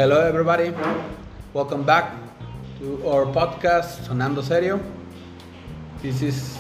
Hello everybody, welcome back to our podcast Sonando Serio. This is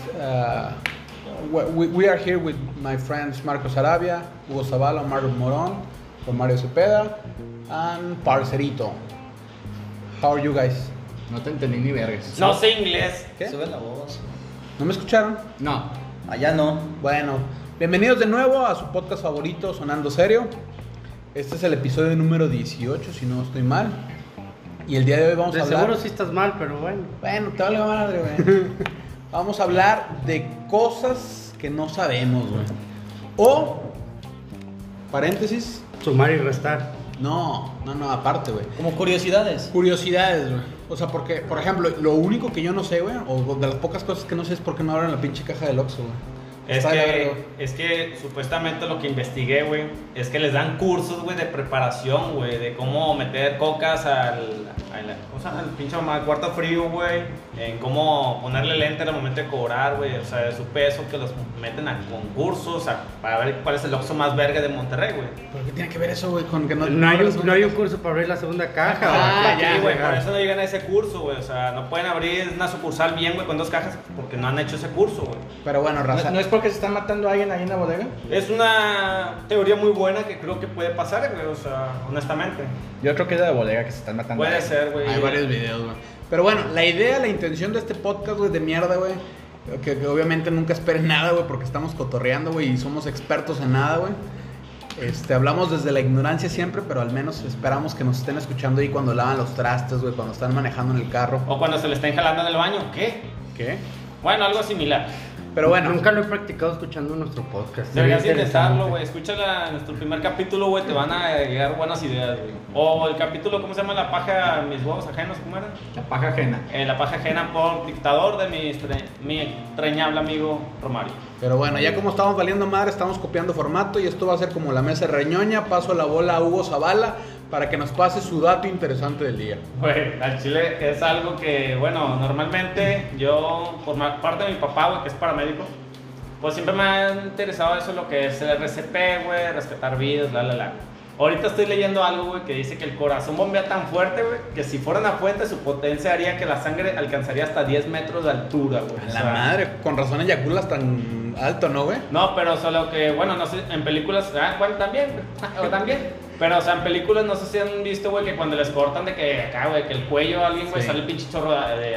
we are here with my friends Marcos Arabia, Hugo Zavala, Mario Morón, Romario Cepeda, and Parcerito. How are you guys? No te entendí ni vergas. No sé inglés. ¿Qué? Sube la voz. ¿No me escucharon? No. Allá no. Bueno, bienvenidos de nuevo a su podcast favorito Sonando Serio. Este es el episodio número 18, si no estoy mal. Y el día de hoy vamos a hablar... seguro sí estás mal, pero bueno. Bueno, te vale madre, güey. Vamos a hablar de cosas que no sabemos, güey. O, paréntesis... Sumar y restar. No, aparte, güey. Como curiosidades. Curiosidades, güey. O sea, porque, por ejemplo, lo único que yo no sé, güey, o de las pocas cosas que no sé es por qué no abren la pinche caja del Oxxo, güey. Es que supuestamente lo que investigué, güey, es que les dan cursos, güey, de preparación, güey, de cómo meter cocas al pinche cuarto frío, güey, en cómo ponerle lente al momento de cobrar, güey, o sea, de su peso, que los meten a concursos, para ver cuál es el Oxxo más verga de Monterrey, güey. ¿Pero qué tiene que ver eso, güey, con que no hay un curso para abrir la segunda caja, ya, güey, por eso no llegan a ese curso, güey, o sea, no pueden abrir una sucursal bien, güey, con 2 cajas, porque no han hecho ese curso, güey. Pero bueno, raza. ¿No es porque se están matando a alguien ahí en la bodega? Es una teoría muy buena que creo que puede pasar, güey, o sea, honestamente. Yo creo que es de la bodega que se están matando. Puede ser, güey. Hay varios videos, güey. Pero bueno, la idea, la intención de este podcast, güey, de mierda, güey, que obviamente nunca esperen nada, güey, porque estamos cotorreando, güey, y somos expertos en nada, güey. Hablamos desde la ignorancia siempre, pero al menos esperamos que nos estén escuchando ahí cuando lavan los trastes, güey, cuando están manejando en el carro. O cuando se le estén jalando en el baño, ¿qué? ¿Qué? Bueno, algo similar. Pero bueno. Nunca lo he practicado escuchando nuestro podcast. Deberías intentarlo, güey. Escúchala en nuestro primer capítulo, güey. Te van a llegar buenas ideas, güey. O el capítulo, ¿cómo se llama? La paja, mis huevos ajenos, ¿cómo era? La paja ajena. La paja ajena por dictador de mi extrañable amigo Romario. Pero bueno, ya como estamos valiendo madre, estamos copiando formato y esto va a ser como la mesa reñoña. Paso la bola a Hugo Zavala para que nos pase su dato interesante del día. Güey, al chile es algo que, bueno, normalmente yo, por parte de mi papá, güey, que es paramédico, pues siempre me ha interesado eso, lo que es el RCP, güey, rescatar vidas, la. Ahorita estoy leyendo algo, güey, que dice que el corazón bombea tan fuerte, güey, que si fuera una fuente, su potencia haría que la sangre alcanzaría hasta 10 metros de altura, güey. A la madre, con razón eyaculas tan alto, ¿no, güey? No, pero solo que, bueno, no sé, en películas, ¿cuál también? O también. Pero, o sea, en películas no sé si han visto, güey, que cuando les cortan de que acá, güey, que el cuello a alguien, güey, Sí. sale el pinche chorro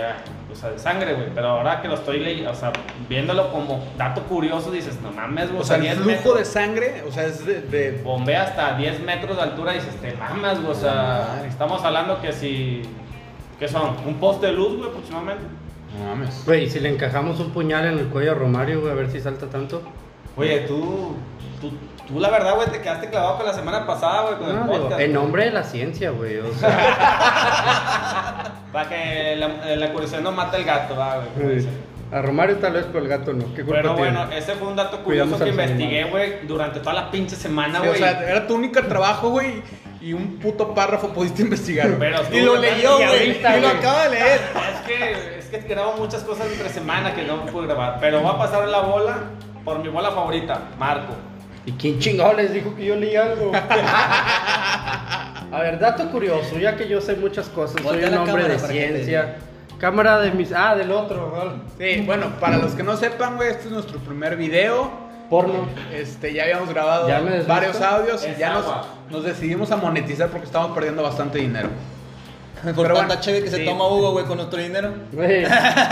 de sangre, güey. Pero ahora que lo estoy leyendo, o sea, viéndolo como dato curioso, dices, no mames, güey. O sea, el 10 flujo metros, de sangre, o sea, es de... bombea hasta 10 metros de altura, dices, te mamas, güey. O sea, Madre. estamos hablando que si... ¿Qué son? ¿Un poste de luz, güey, aproximadamente? No mames. Güey, si le encajamos un puñal en el cuello a Romario, güey, a ver si salta tanto. Oye, tú la verdad, güey, te quedaste clavado con la semana pasada, güey, con el No, digo, podcast. en nombre de la ciencia, güey, o sea. Para que la curiosidad no mate el gato, güey. Sí. A Romario tal vez, pero el gato no. ¿Qué culpa Pero tiene? bueno, ese fue un dato curioso Cuidamos que a los investigué, güey, durante toda la pinche semana, Sí, güey. o sea, era tu único trabajo, güey, y un puto párrafo pudiste investigar. Pero y lo leyó, y güey, ahorita, y lo güey. acaba de leer. Es que grabo muchas cosas entre semana que no pude grabar. Pero voy a pasar la bola por mi bola favorita, Marco. ¿Y quién chingado les dijo que yo leí algo? A ver, dato curioso, ya que yo sé muchas cosas, soy Voltea un la hombre de cámara para que te ciencia. Cámara de mis... Ah, del otro, ¿vale? Sí, bueno, para los que no sepan, güey, este es nuestro primer video. Porno. Ya habíamos grabado ¿Ya me deslisto? varios audios y Es ya agua. nos decidimos a monetizar porque estamos perdiendo bastante dinero. Por Pero tanta bueno, cheve que se sí. toma Hugo, güey, con nuestro dinero. Güey.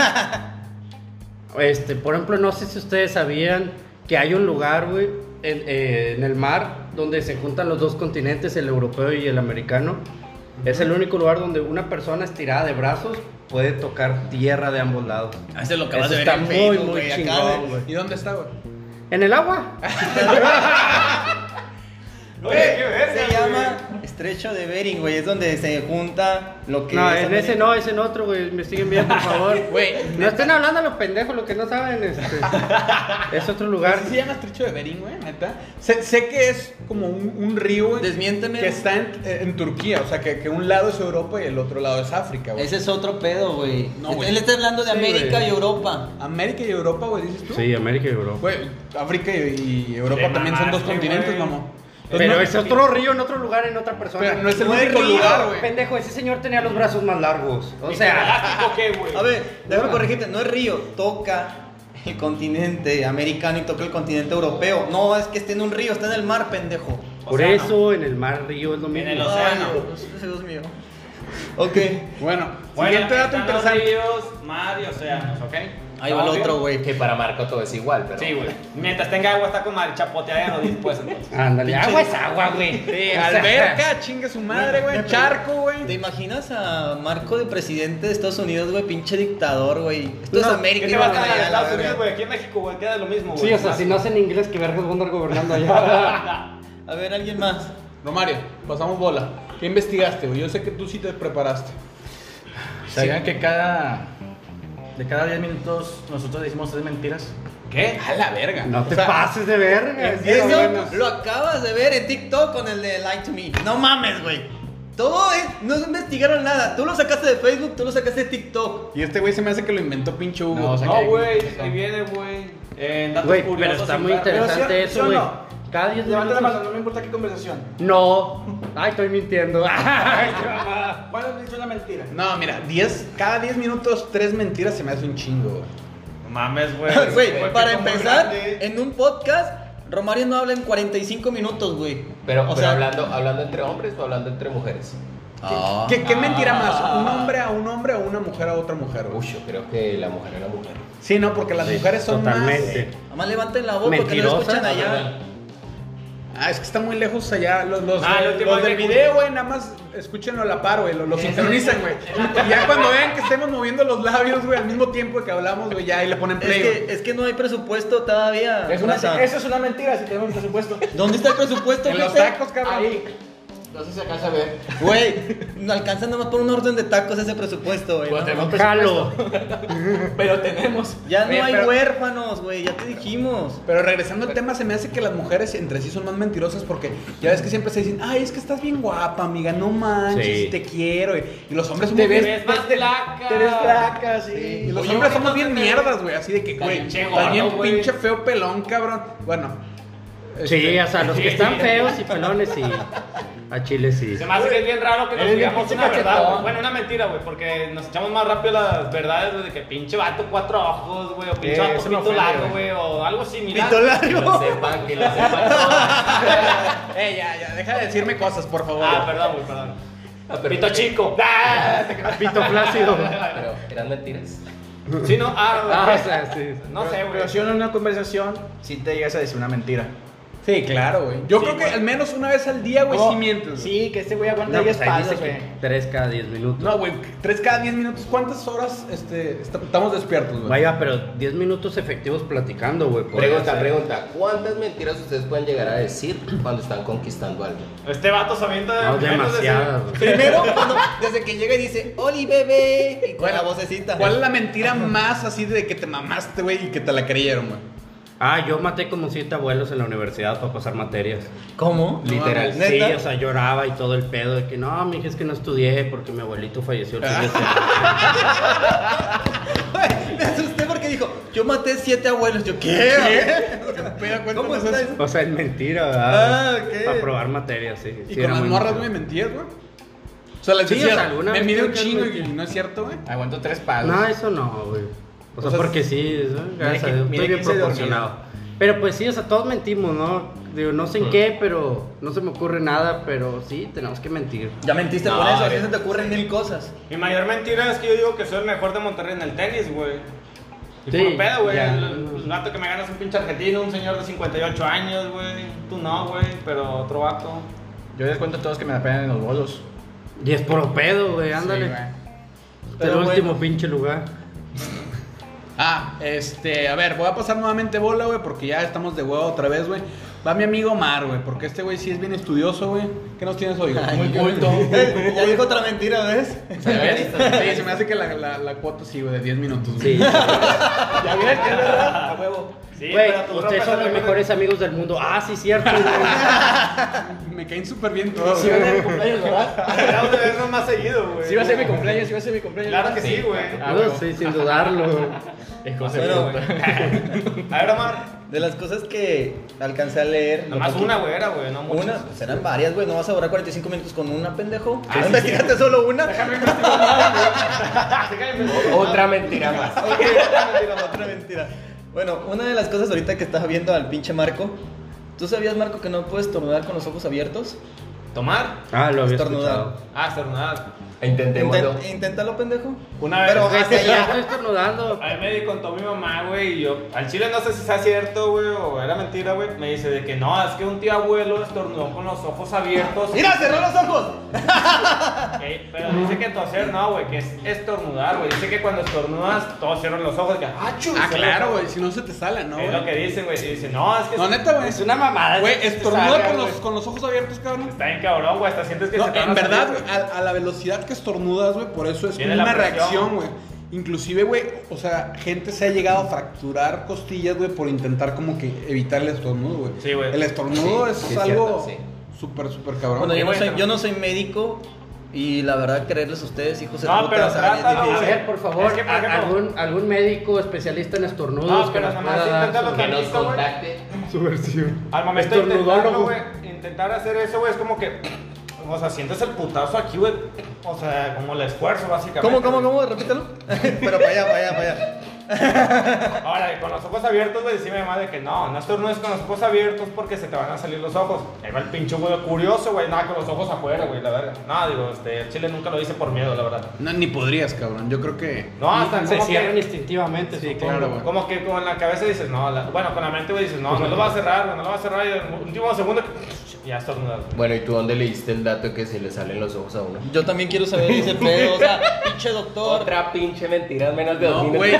Por ejemplo, no sé si ustedes sabían que hay un lugar, güey, en el mar donde se juntan los dos continentes, el europeo y el americano. Es el único lugar donde una persona estirada de brazos puede tocar tierra de ambos lados. Ese lo Eso está muy, muy chingón, güey. ¿Y dónde está, güey? ¿En el agua? Oye, qué verga, Se güey. llama Estrecho de Bering, güey. Es donde se junta lo que No, es en América. ese no, es en otro, güey. Investiguen bien, por favor. Güey, No estén hablando a los pendejos, lo que no saben. Es otro lugar. ¿Así se llama Estrecho de Bering, güey? Neta. Sé que es como un río, güey. Desmiénteme. Que está en Turquía. O sea, que un lado es Europa y el otro lado es África, güey. Ese es otro pedo, güey. No, güey. Él está hablando de Sí, América güey. y Europa. América y Europa, güey, dices tú. Sí, América y Europa. Güey, África y Europa Le también son dos mamaste, continentes, güey. mamá. Pero no, es otro río en otro lugar, en otra persona. Pero no es el No es único río, lugar, güey. Pendejo, ese señor tenía los brazos más largos. O ¿Y sea, elástico qué, güey? A ver, déjame corregirte, no es río, toca el continente americano y toca el continente europeo. No, es que esté en un río, está en el mar, pendejo. por Océano. eso en el mar río es lo mismo. el océano. Ay, Dios mío. Ok. Bueno, Bueno, siguiente dato están los interesante. ríos, mar y océanos, ¿ok? Ahí va el ¿Estamos otro, bien? güey. Que para Marco todo es igual, pero. Sí, güey. Mientras tenga agua está con madre, chapoteado después entonces. Ándale, agua es agua, güey. Sí, O sea, alberca, chingue su madre, güey. Charco, güey. ¿Te imaginas a Marco de presidente de Estados Unidos, güey? Pinche dictador, güey. Esto es No, América ¿Qué y te vas van a allá, ganar la Estados verga. Unidos, güey? Aquí en México, güey, queda lo mismo, güey. Sí, o sea, si no hacen inglés, que vergas van a andar gobernando allá. A ver, alguien más. Romario, pasamos bola. ¿Qué investigaste, güey? Yo sé que tú sí te preparaste. ¿Sabían que de cada 10 minutos nosotros decimos 3 mentiras? ¿Qué? A la verga. No te O sea, pases de verga. Eso lo acabas de ver en TikTok con el de Lie to Me. No mames, güey. Todo es, no investigaron nada. Tú lo sacaste de Facebook, tú lo sacaste de TikTok. Y este güey se me hace que lo inventó pinche Hugo. No, o sea, No, que- güey, ahí viene, güey. En datos Güey, pero curiosos. está sin muy ver- interesante Pero eso, güey. no? Cada 10 Levanta la mano, minutos. no me importa qué conversación. No. Ay, estoy mintiendo. Ay, qué mamada. ¿Cuándo has dicho una mentira? No, mira, cada 10 minutos 3 mentiras se me hace un chingo, güey. No mames, güey. Güey, para como empezar, grande. en un podcast, Romario no habla en 45 minutos, güey. Pero, O pero sea- hablando entre hombres o hablando entre mujeres. Ah. ¿Qué mentira más? ¿Un hombre a un hombre o una mujer a otra mujer, güey? Uy, yo creo que la mujer es la mujer. Sí, no, porque las Sí, mujeres son totalmente. Nada más levanten la voz porque no lo Mentirosas. escuchan allá. más... Ah, es que está muy lejos allá. Los el último del que- video, güey, nada más escúchenlo a la par, güey. Lo sincronizan, güey. Y ya cuando vean que estemos moviendo los labios, güey, al mismo tiempo que hablamos, güey, ya ahí le ponen play, güey. Es que no hay presupuesto todavía. Raza. Eso es una mentira si tenemos presupuesto. ¿Dónde está el presupuesto, En los gente? tacos, cabrón. Ahí. No sé si se alcanza a ver. Güey, no alcanza nomás por un orden de tacos ese presupuesto, güey. Pues ¿no? tenemos Jalo. Pero tenemos. Ya no Oye, hay pero- huérfanos, güey, ya te dijimos. Pero regresando al tema, se me hace que las mujeres entre sí son más mentirosas porque ya ves que siempre se dicen, ay, es que estás bien guapa, amiga, no manches, Sí. te quiero. Y los hombres Te somos ves- bien... Eres más flaca. Te ves flaca, sí. Y los Oye, hombres güey, somos no bien te- mierdas, güey, así de que, güey, pinche estás bien gordo, güey. pinche feo pelón, cabrón. Bueno. Sí, o sea, los que están feos y pelones y a Chile sí. Se me hace que es bien raro que nos Eres bien digamos pinche una verdad, cachetón. güey. Bueno, una mentira, güey, porque nos echamos más rápido las verdades, güey, de que pinche vato 4 ojos, güey, o pinche vato eso me pito ofende, largo, güey. güey, o algo similar. Pito Que largo. lo sepan, que lo sepan todos. Ya, deja de decirme cosas, por favor. Ah, perdón, güey, perdón. Ah, pero- Pito chico. Ah, Pito plácido. Pero eran mentiras. Sí, no, Ah, o sea, sí. no sé, güey. Pero si uno en una conversación, si te llegas a decir una mentira. Sí, claro, güey. Yo Sí, creo que güey. al menos una vez al día, güey, No, sí mientes. güey. Sí, que este güey aguanta No, ahí pues ahí espaldas, dice güey. que 3 cada 10 minutos. No, güey, 3 cada 10 minutos. ¿Cuántas horas estamos despiertos, güey? Vaya, pero 10 minutos efectivos platicando, güey. podría Pregunta, ser. pregunta. ¿Cuántas mentiras ustedes pueden llegar a decir cuando están conquistando algo? Este vato se avienta No, menos de demasiadas, güey. Primero, desde que llega y dice, Oli bebé, y con ¿Cuál- la vocecita. ¿Cuál es la mentira más así de que te mamaste, güey, y que te la creyeron, güey? Ah, yo maté como 7 abuelos en la universidad para pasar materias. ¿Cómo? Literal. ¿Neta? Sí, o sea, lloraba y todo el pedo de que no, mija, es que no estudié porque mi abuelito falleció el fin de Güey, me asusté porque dijo, yo maté 7 abuelos. Yo, ¿qué? ¿Cómo estás? está eso? O sea, es mentira, ¿verdad? Ah, ok. Para probar materias, sí. Y Sí, con era las muy morras, mentira. güey, mentías, güey. O sea, les Sí, decías, o sea, alguna me vez mide un creo que chingo mentí. y no es cierto, güey. Aguanto 3 palos. No, eso no, güey. O sea, O sea, porque sí, gracias a Dios, mire estoy bien 15 proporcionado. Pero pues sí, o sea, todos mentimos, ¿no? Digo, no sé en qué, pero no se me ocurre nada, pero sí, tenemos que mentir. Ya mentiste No, por eso, a ti güey. se te ocurren 1000 cosas. Mi mayor mentira es que yo digo que soy el mejor de Monterrey en el tenis, güey. Y Sí, por pedo, güey. ya. El vato que me gana es un pinche argentino, un señor de 58 años, güey. Tú no, güey, pero otro vato. Yo les cuento a todos que me la pegan en los bolos. Y es por pedo, güey, ándale. Sí, güey. el Pero último bueno. pinche lugar. Ah, a ver, voy a pasar nuevamente bola, güey, porque ya estamos de huevo otra vez, güey. Va mi amigo Omar, güey, porque este güey sí es bien estudioso, güey. ¿Qué nos tienes hoy, güey? Muy culto. Ya dijo otra mentira, ¿ves? ¿Sabes? Sí, se me hace que la cuota sí, güey, de 10 minutos, güey. Sí. Ya ves, es verdad, a huevo. Sí, Güey, pero tú ustedes rompes son el los récord. mejores amigos del mundo. Ah, sí, cierto, güey. Me caen súper bien todos, Sí va a ser mi güey. cumpleaños, ¿verdad? Deberíamos de vernos más seguido, güey. Sí va a ser mi cumpleaños, sí va a ser mi cumpleaños. Claro que sí, güey. Ah, No, huevo. sí, sin dudarlo, güey. Es cosa Bueno, A ver, Omar. de las cosas que alcancé a leer. Nomás lo poquito- una, güey, era, güey, no muchas. Una, pues eran varias, güey. No vas a durar 45 minutos con una, pendejo. Ah, sí, Investígate solo una. Déjame investigar más, güey. Déjame investigar. Otra mentira más. Ok, otra mentira, otra mentira. Bueno, una de las cosas ahorita que estaba viendo al pinche Marco. ¿Tú sabías, Marco, que no puedes estornudar con los ojos abiertos? ¿Tomar? Ah, lo había Estornudar. escuchado. Ah, estornudar. Intentémoslo. Inténtalo, pendejo. Una vez. Pero hasta Ya ya. estoy estornudando. A mí me contó mi mamá, güey, y yo, al chile no sé si sea cierto, güey, o era mentira, güey. Me dice de que no, es que un tío abuelo estornudó con los ojos abiertos. ¡Mira, cerró los ojos! Pero dice que toser no, güey, que es estornudar, güey. Dice que cuando estornudas, todos cierran los ojos. Que, ¡achú! Ah, Cierran claro, los güey. ojos. Si no se te sale, ¿no, Es güey? lo que dicen, güey. Y dice, no, es que No, neta, güey. Es una mamada. Güey, que te estornuda salga, con güey. los ojos abiertos, cabrón. está bien cabrón, güey. Hasta sientes que No, se te van en a verdad, salir, güey, a la velocidad que estornudas, güey, por eso es Viene como la una presión. reacción, güey. Inclusive, güey, o sea, gente se ha llegado a fracturar costillas, güey, por intentar como que evitar el estornudo, güey. Sí, güey. El estornudo Sí, es sí, es algo cierto, súper, súper cabrón. Bueno, Oye, güey, yo no soy médico y la verdad creerles a ustedes, hijos de No, puta, pero o sea, es trátalo, difícil. A güey. ver, por favor, Es que, por ejemplo- algún médico especialista en estornudos No, que pero nos nomás pueda dar inténtalo su- Que nos Tantito, güey. contacte. su versión. Al momento de Estornudólogo. intentarlo, güey, intentar hacer eso, güey, es como que, o sea, sientes el putazo aquí, güey. O sea, como el esfuerzo, básicamente. ¿Cómo? Repítelo. Pero para allá. Ahora, con los ojos abiertos, güey, decime mamá de que no estornudes con los ojos abiertos porque se te van a salir los ojos. Ahí va el pinche güey curioso, güey, nada, con los ojos afuera, güey, la verga. No, digo, Chile nunca lo hice por miedo, la verdad. No, ni podrías, cabrón. Yo creo que. No, hasta Se como cierran que, instintivamente. Sí, supongo. claro, güey. como que con la cabeza dices, no, bueno, con la mente, güey, dices, no lo va a cerrar, güey, no lo va a cerrar. Y en el último segundo, ya estornudas. Bueno, ¿y tú dónde leíste el dato que se le salen los ojos a uno? Yo también quiero saber ese pedo, o sea, pinche doctor. Otra pinche mentira, menos de No, 2 minutos. güey.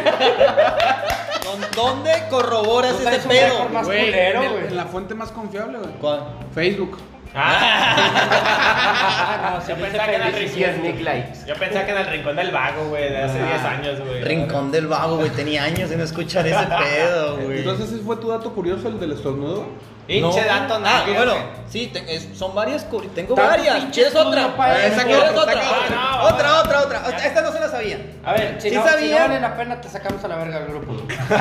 ¿Dónde corroboras Tú ese traes un pedo? récord más Güey, culero, en güey. en la fuente más confiable, güey. ¿Cuál? Facebook. Ah, no, Yo se me pensaba que en el dice Y es rincón, Nick Likes. yo pensaba que en el rincón del vago, güey, de hace 10 años, güey. Rincón del Vago, güey. Tenía años sin escuchar ese pedo, güey. Entonces, ¿ese fue tu dato curioso, el del estornudo? Pinche No. dato, no. Ah, fíjate. bueno, sí, son varias. Tengo Tanto varias. pinche ¿Quieres otra? estudio para eso. ¿Quieres Saca otra? otra. Otra. Esta no se la sabía. A ver, si ¿Sí no sabía? vale la pena, te sacamos a la verga del grupo.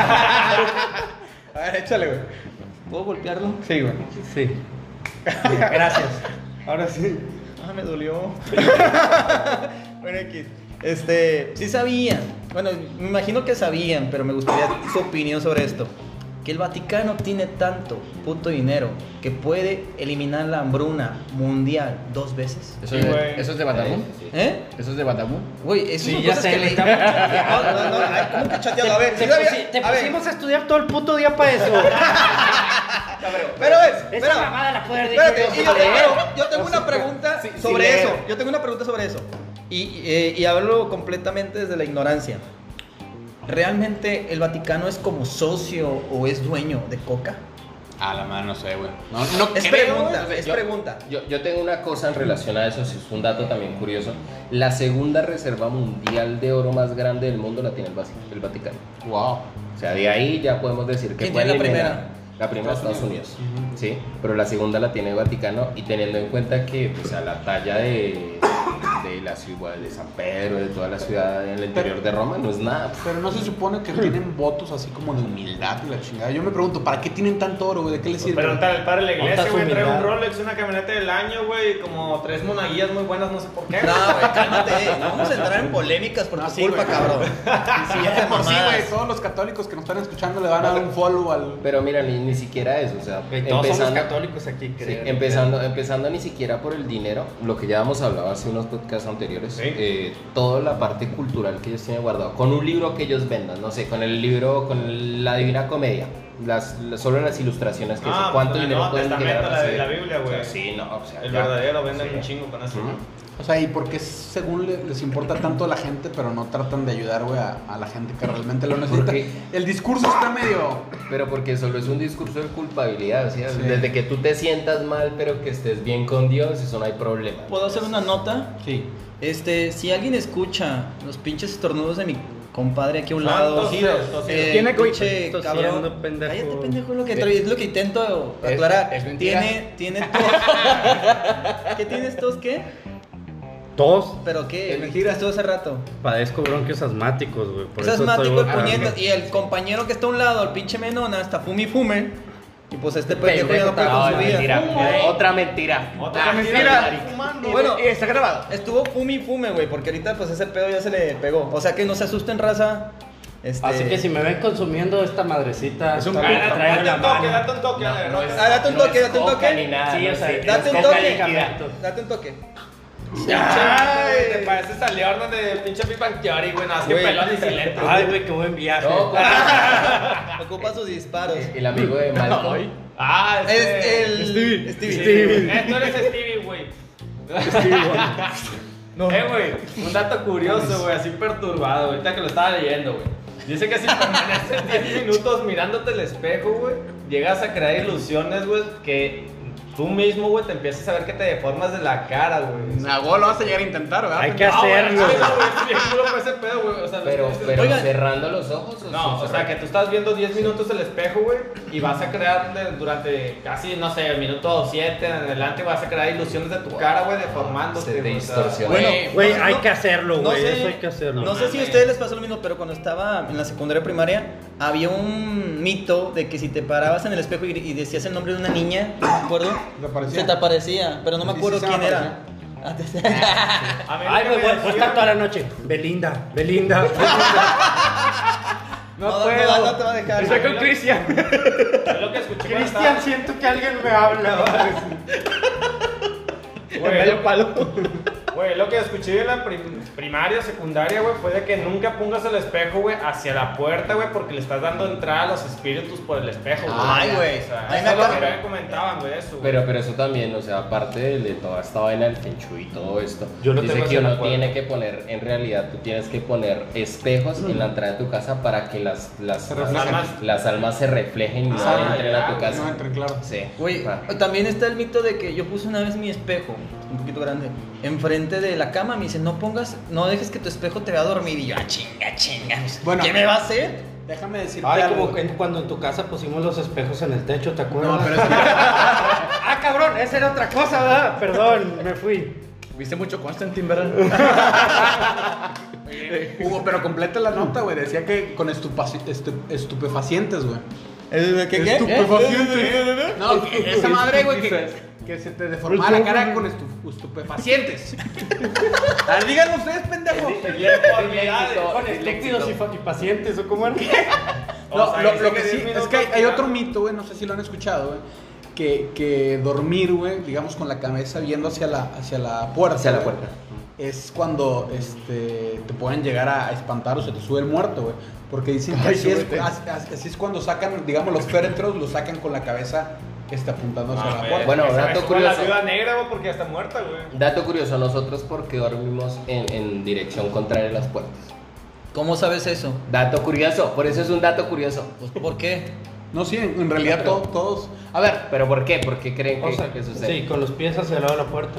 A ver, échale, güey. ¿Puedo golpearlo? Sí, güey. Sí. Gracias. Ahora sí. Ah, me dolió. Bueno, X. Sí sabían. Bueno, me imagino que sabían, pero me gustaría su opinión sobre esto. Que el Vaticano tiene tanto puto dinero que puede eliminar la hambruna mundial 2 veces. ¿Eso, Sí, güey. ¿Eso es de Badabun? Sí. ¿Eh? ¿Eso es de Badabun? Güey, eso Sí, son ya cosas sé, que le leí. estamos chateando. No, ay, ¿cómo que chateado? A ver, ¿sí sabía? Te A ver, pusimos a estudiar todo el puto día para eso. pero es, Esa espera. mamada la puede haber dicho Espérate, yo y yo solo. yo tengo una pregunta sí, sobre sí, eso. leer. Yo tengo una pregunta sobre eso. Y hablo completamente desde la ignorancia. ¿Realmente el Vaticano es como socio o es dueño de Coca? A la mano, no sé, güey. No Es creo, pregunta, güey. es Yo- pregunta. Yo tengo una cosa en relación a eso, si es un dato también curioso. La segunda reserva mundial de oro más grande del mundo la tiene el Vaticano. Wow. O sea, de ahí ya podemos decir que ¿Quién puede tiene la eliminar- primera? La primera Estados Unidos, sí, pero la segunda la tiene el Vaticano y teniendo en cuenta que pues, a la talla de la ciudad de San Pedro, de toda la ciudad en el interior de Roma, no es nada. Pero no se supone que tienen votos así como de humildad y la chingada. Yo me pregunto, ¿para qué tienen tanto oro, güey? ¿De qué les sirve? Pregúntale al padre de la iglesia, Monta su güey, trae un humildad. Rolex, una camioneta del año, güey, como 3 monaguillas muy buenas, no sé por qué. No, güey, cálmate. No vamos a entrar en polémicas por No, tu sí, culpa, güey. cabrón. Sí, Ya te por sí, mamadas. güey. Todos los católicos que nos están escuchando le van a dar un follow al. Pero mira, ni siquiera eso, o sea, Güey, todos somos empezando, católicos aquí, sí, creo. empezando ni siquiera por el dinero, lo que ya hemos hablado hace unos podcasts anteriores, Sí. toda la parte cultural que ellos tienen guardado, con un libro que ellos vendan, no sé, con el libro, con la Divina Comedia, solo las ilustraciones que Ah, eso, ¿cuánto pues, el dinero Nuevo pueden llegar Testamento, a la de recibir? la Biblia, güey. O sea, sí, no, o sea, El ya. verdadero venden Sí. un chingo con eso. Ujú. O sea, ¿y por qué según les importa tanto a la gente, pero no tratan de ayudar, güey, a la gente que realmente lo necesita? Porque- El discurso está medio. Pero porque solo es un discurso de culpabilidad, ¿sí? Sí. Desde que tú te sientas mal, pero que estés bien con Dios, eso no hay problema. ¿Puedo hacer una nota? Sí. Si alguien escucha los pinches estornudos de mi compadre aquí a un Son lado. tosidos, tosidos. Tiene pinche coito. cabrón. Tosiendo, pendejo. Cállate, pendejo, es lo que intento aclarar. es mentira. Tiene tos. ¿Qué tienes tos qué? Tos. ¿Pero qué? Mentira. Mentira, estuvo hace rato. Padezco bronquios asmáticos, güey. Por Es eso asmático estoy el puñetas. Y el compañero que está a un lado, el pinche menona, está fume. Y pues este pendejo ya no puede con su vida. Mentira. Otra mentira. Otra mentira. Bueno, está grabado. estuvo fume, güey, porque ahorita pues ese pedo ya se le pegó. O sea que no se asusten, raza. Así que si me ven consumiendo esta madrecita, Es un todavía puto. traigo en la mano. Date un toque, a ver. date un toque, date un toque. Ni nada, Sí, o sea, Date un coca toque. líquida. Date un toque. Ay, te pareces al León de pinche Big Bang Theory, güey. Nada, más que Güey. pelón y silente. Ay, güey, qué buen viaje. No, Ocupa sus disparos. el amigo de Malcolm. Ah, Es el Stevie. Stevie. Tú eres Stevie, güey. Güey, un dato curioso, güey, así perturbado, ahorita que lo estaba leyendo, güey. Dice que si permaneces 10 minutos mirándote el espejo, güey, llegas a crear ilusiones, güey, que tú mismo, güey, te empiezas a ver que te deformas de la cara, güey. Nago lo vas a llegar a intentar, ¿verdad? Hay que No, güey, hacerlo. sí, güey, es bien culo por ese pedo, güey. O sea, Pero Oigan. cerrando los ojos. no, o sea, que tú estás viendo 10 minutos el espejo, güey, y vas a crear durante casi, no sé, el minuto 7 en adelante, vas a crear ilusiones de tu cara, güey, deformándote. Se te güey, o sea, distorsiona. Bueno, Güey, no- hay que hacerlo, no güey. sé- Eso hay que hacerlo. No sé si a ustedes les pasó lo mismo, pero cuando estaba en la secundaria primaria, había un mito de que si te parabas en el espejo y decías el nombre de una niña, no me acuerdo, ¿Te aparecía? se te aparecía, pero no me Sí, acuerdo sí se me quién era. A mí Ay, lo que güey, me voy a estar decían- toda la noche. Belinda, Belinda. No te va a dejar. Estoy con Cristian. Yo lo que escuché cuando Cristian, estaba- siento que alguien me habla. Güey, lo que escuché en la primaria, secundaria, güey, fue de que nunca pongas el espejo, güey, hacia la puerta, güey, porque le estás dando entrada a los espíritus por el espejo, güey. Ay, güey. O sea, Ay, eso me es lo acaba- que me comentaban, güey, eso, güey. Pero eso también, o sea, aparte de toda esta vaina del Feng Shui y todo esto, Yo no dice tengo que ese uno acuerdo. tiene que poner, en realidad, tú tienes que poner espejos en la entrada de tu casa para que las almas se reflejen y no Ah, entren ya, a tu güey, casa. no entren, claro. Sí. Güey, Ah. también está el mito de que yo puse una vez mi espejo, un poquito grande, enfrente de la cama. Me dice, no dejes que tu espejo te vea dormir. Y yo, chinga. Bueno. ¿Qué me va a hacer? Déjame decirte Ay, algo. como cuando en tu casa pusimos los espejos en el techo, ¿te acuerdas? No, pero es Ah, cabrón, esa era otra cosa, ¿verdad? Perdón, me fui. ¿Viste mucho Constantine, verdad? Hugo, pero completa la nota, güey. Decía que con estupefacientes, güey. ¿Qué? Estupefacientes. No, que esa madre, güey, que se te deformaba la cara con estupefacientes. A ver, díganlo ustedes, pendejo. Con estúpidos y pacientes, ¿o cómo era? No, O sea, lo dice que que sí, 10 es que minutos hay ya. otro mito, güey, no sé si lo han escuchado, güey, que dormir, güey, digamos con la cabeza viendo hacia la puerta. Hacia la güey, puerta. es cuando te pueden llegar a espantar o se te sube el muerto, güey. Porque dicen que así es cuando sacan, digamos, los féretros, los sacan con la cabeza apuntando hacia la puerta. Bueno, Esa dato es como la curioso. viuda negra, güey, porque ya está muerta, güey. Dato curioso, nosotros porque dormimos en dirección contraria a las puertas. ¿Cómo sabes eso? Dato curioso, por eso es un dato curioso. Pues, ¿por qué? No, sí, en realidad todos. A ver, ¿Pero por qué? ¿Por qué creen O que, sea, que sucede? sí, con los pies hacia el lado de la puerta.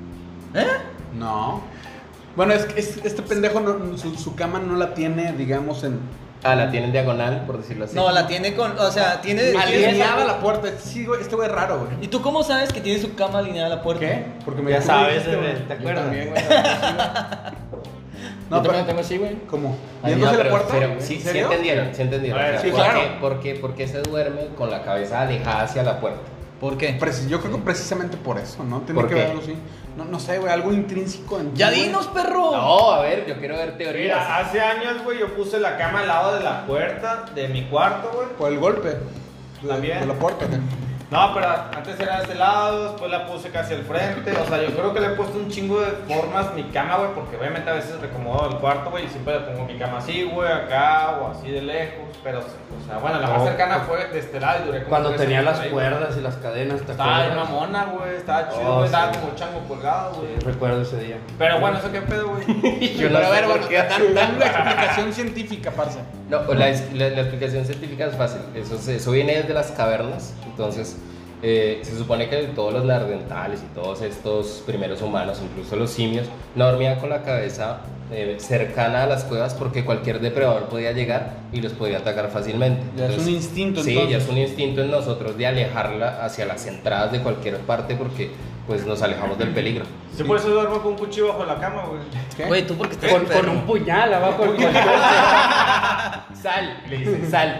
no. Bueno, es que este pendejo, su cama no la tiene, digamos, Ah, la tienen diagonal, por decirlo así. No, la tiene con, o sea, tiene... alineada a la puerta. Sí, güey, este güey es raro, güey. ¿Y tú cómo sabes que tiene su cama alineada a la puerta? ¿Qué? Porque Ya tú sabes, dijiste, bebé, güey. ¿te Yo acuerdas? también, güey. No, No, pero, tengo así, güey. ¿cómo? Ay, ¿Viéndose no, la pero- puerta? pero ¿En sí, sí serio? entendieron, sí entendieron. A ver, O sea, sí, ¿por claro. qué- por qué se duerme con la cabeza alejada hacia la puerta? ¿Por qué? Yo creo que precisamente por eso, ¿no? Tiene ¿Por que qué? ver algo así. No sé, güey, algo intrínseco en ti, ¡Ya güey. dinos, perro! No, a ver, yo quiero ver teorías. Mira, hace años, güey, yo puse la cama al lado de la puerta de mi cuarto, güey. Por el golpe. También. De la puerta, güey. No, pero antes era de este lado, después la puse casi al frente. O sea, yo creo que le he puesto un chingo de formas mi cama, güey, porque obviamente a veces reacomodo el cuarto, güey, y siempre le pongo mi cama así, güey, acá o así de lejos. Pero, o sea, bueno, la más cercana fue de este lado y duré como Cuando 3 tenía años las ahí, güey. cuerdas y las cadenas, ¿te Estaba en acuerdas? una mona, güey, estaba chido, Oh, güey, sí. estaba como chango colgado, güey. Sí, recuerdo ese día. Pero bueno, ¿eso qué pedo, güey? Yo Pero no a ver, sé bueno, por qué. dan una explicación científica, parce. No, la explicación científica es fácil. Eso viene desde las cavernas. Entonces, se supone que todos los neandertales y todos estos primeros humanos, incluso los simios, no dormían con la cabeza cercana a las cuevas porque cualquier depredador podía llegar y los podía atacar fácilmente. Ya es un instinto, Sí, entonces. ya es un instinto en nosotros de alejarla hacia las entradas de cualquier parte porque pues nos alejamos del peligro. Yo por eso duermo con un cuchillo bajo la cama, güey. ¿Qué? Güey, tú porque estás Con enfermo. un puñal abajo del colchón. Sal, le dicen sal.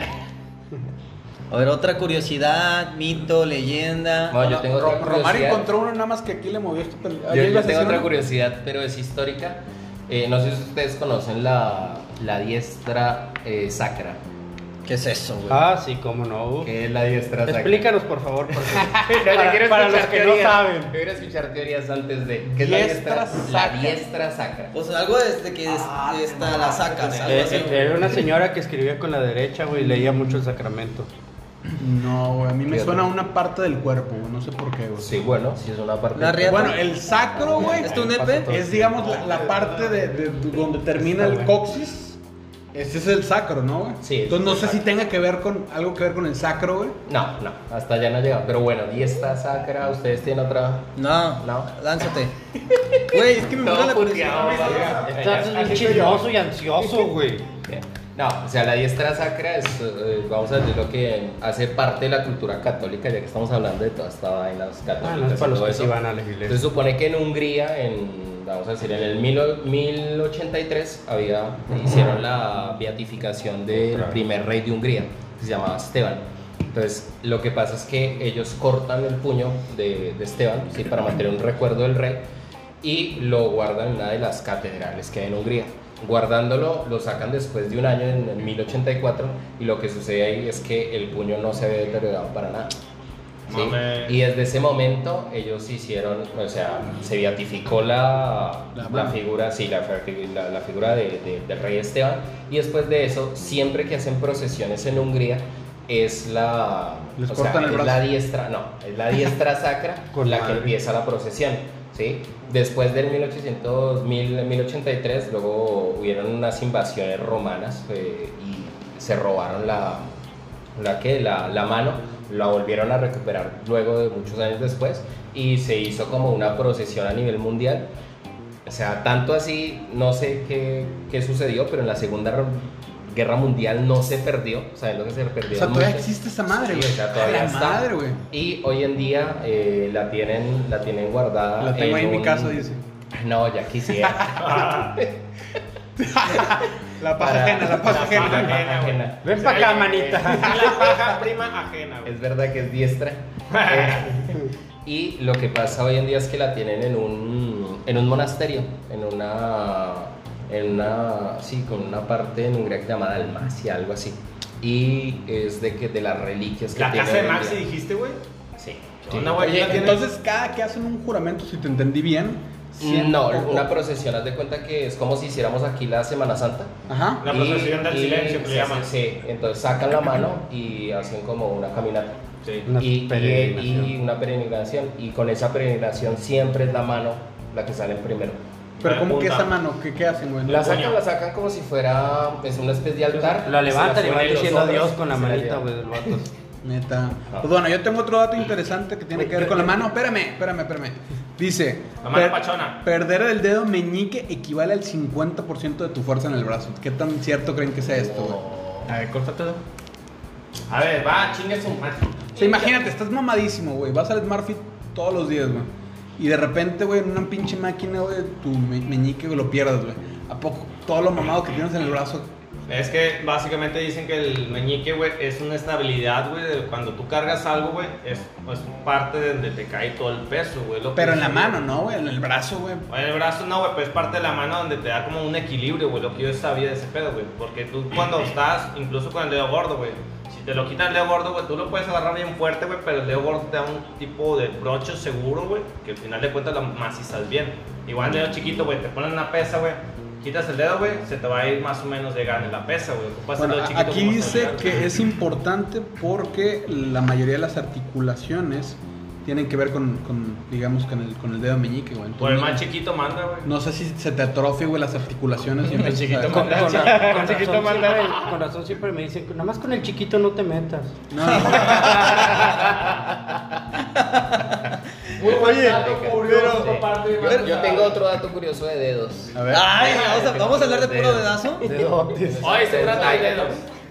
A ver, otra curiosidad, mito, leyenda. No, yo tengo otra Romario curiosidad. encontró uno nada más que aquí le movió este Yo tengo otra curiosidad, pero es histórica. No sé si ustedes conocen la diestra sacra. ¿Qué es eso, güey? Ah, sí, cómo no. ¿Qué es la diestra sacra? Explícanos, por favor. Porque No, yo quiero para los escuchar que no teorías. saben. Yo quiero escuchar teorías antes de. ¿Qué es Diestra la sacra. diestra sacra? Pues algo desde que está la sacas. algo así. Era una señora que escribía con la derecha, güey, y leía mucho el sacramento. No, güey, a mí me Fíjate. suena a una parte del cuerpo, güey, no sé por qué, güey. Sí, bueno, sí es una parte. La riata. Bueno, el sacro, güey, ¿Es tu nepe? es, digamos, la parte de donde termina el coxis. Ese es el sacro, ¿no, güey? Sí, Entonces no es sé el si sacro. tenga que ver con algo que ver con el sacro, güey. No, hasta allá no llega. Pero bueno, diestra sacra, ¿ustedes tienen otra? No, No. lánzate. Güey, es que me muero la curiosidad. Estás bien chismoso y ansioso, güey. No, o sea, la diestra sacra es, vamos a decir, lo que hace parte de la cultura católica, ya que estamos hablando de toda esta vaina católica. no es para y los todo que eso. sí van a la iglesia. Entonces, supone que en Hungría, vamos a decir, en el 1083, hicieron la beatificación del primer rey de Hungría, que se llamaba Esteban. Entonces, lo que pasa es que ellos cortan el puño de Esteban, ¿sí? Para mantener un recuerdo del rey, y lo guardan en una de las catedrales que hay en Hungría. Guardándolo, lo sacan después de un año, en el 1084, y lo que sucede ahí es que el puño no se ve deteriorado para nada. ¿Sí? Mames. Y desde ese momento ellos hicieron, o sea, se beatificó la figura, sí, la figura del rey Esteban, y después de eso, siempre que hacen procesiones en Hungría, es la, Les o sea, cortan el es brazo. la diestra, no, es la diestra sacra con la que empieza la procesión, ¿sí? Después del 1083, luego hubieron unas invasiones romanas y se robaron la mano, la volvieron a recuperar luego de muchos años después y se hizo como una procesión a nivel mundial. O sea, tanto así, no sé qué sucedió, pero en la Segunda Guerra Mundial no se perdió, sabiendo que se perdió. O sea, todavía mucho. existe esa madre, Sí, güey. o sea, todavía A la está. madre, güey. Y hoy en día la tienen guardada. La tengo ahí en mi un- casa, dice. No, ya quisiera. La paja Para- ajena, la paja La ajena. paja ajena, güey. Ven para acá, manita. La paja prima ajena, güey. Es verdad que es diestra. Y lo que pasa hoy en día es que la tienen en un monasterio, sí, con una parte en Hungría llamada Dalmacia, algo así. Y es de las reliquias que La tiene casa de hoy en Maxi día. dijiste, güey. Sí. ¿Qué onda, güey? Oye, ¿La tienes? entonces cada que hacen un juramento, si te entendí bien, No, o- una procesión, haz de cuenta que es como si hiciéramos aquí la Semana Santa. Ajá. La procesión del silencio que le llaman. Sí, entonces sacan la mano y hacen como una caminata. Sí. Una y peregrinación. una peregrinación. Y con esa peregrinación siempre es la mano la que sale primero. Pero ¿cómo que Punta. esa mano? ¿Qué hacen, güey? La sacan como si fuera es una especie de altar. La levantan Se y la van ponen en los diciendo hombros adiós con la y se la manita, llevan. güey, del vato. Neta. Pues bueno, yo tengo otro dato interesante que tiene que ver con la mano. Espérame. Dice: La mano pachona. perder el dedo meñique equivale al 50% de tu fuerza en el brazo. ¿Qué tan cierto creen que sea esto, güey? A ver, córtatelo. A ver, va, chingue su madre. O sea, imagínate, estás mamadísimo, güey. Vas al SmartFit todos los días, güey. Y de repente, güey, en una pinche máquina, güey, tu meñique, güey, lo pierdes, güey. ¿A poco todo lo mamado que tienes en el brazo? Es que básicamente dicen que el meñique, güey, es una estabilidad, güey, de cuando tú cargas algo, güey, es parte de donde te cae todo el peso, güey. lo que Pero en la dicen, mano, ¿no, güey? En el brazo, güey. En el brazo no, güey, pues es parte de la mano donde te da como un equilibrio, güey, lo que yo sabía de ese pedo, güey. Porque tú cuando estás, incluso con el dedo gordo, güey, si te lo quitas el dedo gordo, güey, tú lo puedes agarrar bien fuerte, güey, pero el dedo gordo te da un tipo de broche seguro, güey, que al final de cuentas lo macizas bien. Igual el dedo chiquito, güey, te ponen una pesa, güey, quitas el dedo, güey, se te va a ir más o menos llegando la pesa, güey. Ocupas el Bueno, dedo chiquito aquí como dice estabilidad, que güey. es importante porque la mayoría de las articulaciones tienen que ver con digamos, con el dedo meñique, güey. Por el Entonces, más chiquito manda, güey. no sé si se te atrofia, güey, las articulaciones. Y empiezas chiquito a- Con Chiquito razón, manda, siempre, con razón siempre me dicen, nada más con el chiquito no te metas. No. Oye, Yo tengo otro dato curioso de dedos. A ver. Ay, vamos a hablar de puro dedazo. Hoy se trata de dedos.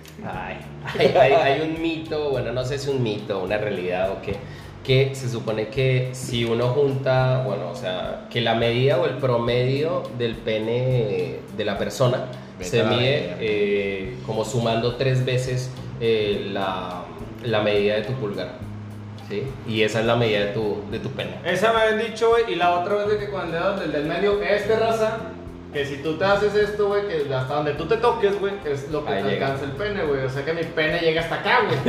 Hay un mito, bueno, no sé si es un mito, una realidad o qué, que se supone que si uno junta, bueno, o sea, que la medida o el promedio del pene de la persona se mide como sumando 3 veces la medida de tu pulgar. ¿Sí? Y esa es la medida de tu pene. Esa me habían dicho, güey, y la otra vez de que con el dedo del medio, raza, que si tú te haces esto, güey, que hasta donde tú te toques, güey, es lo que Ahí te llega. alcanza el pene, güey. O sea que mi pene llega hasta acá, güey.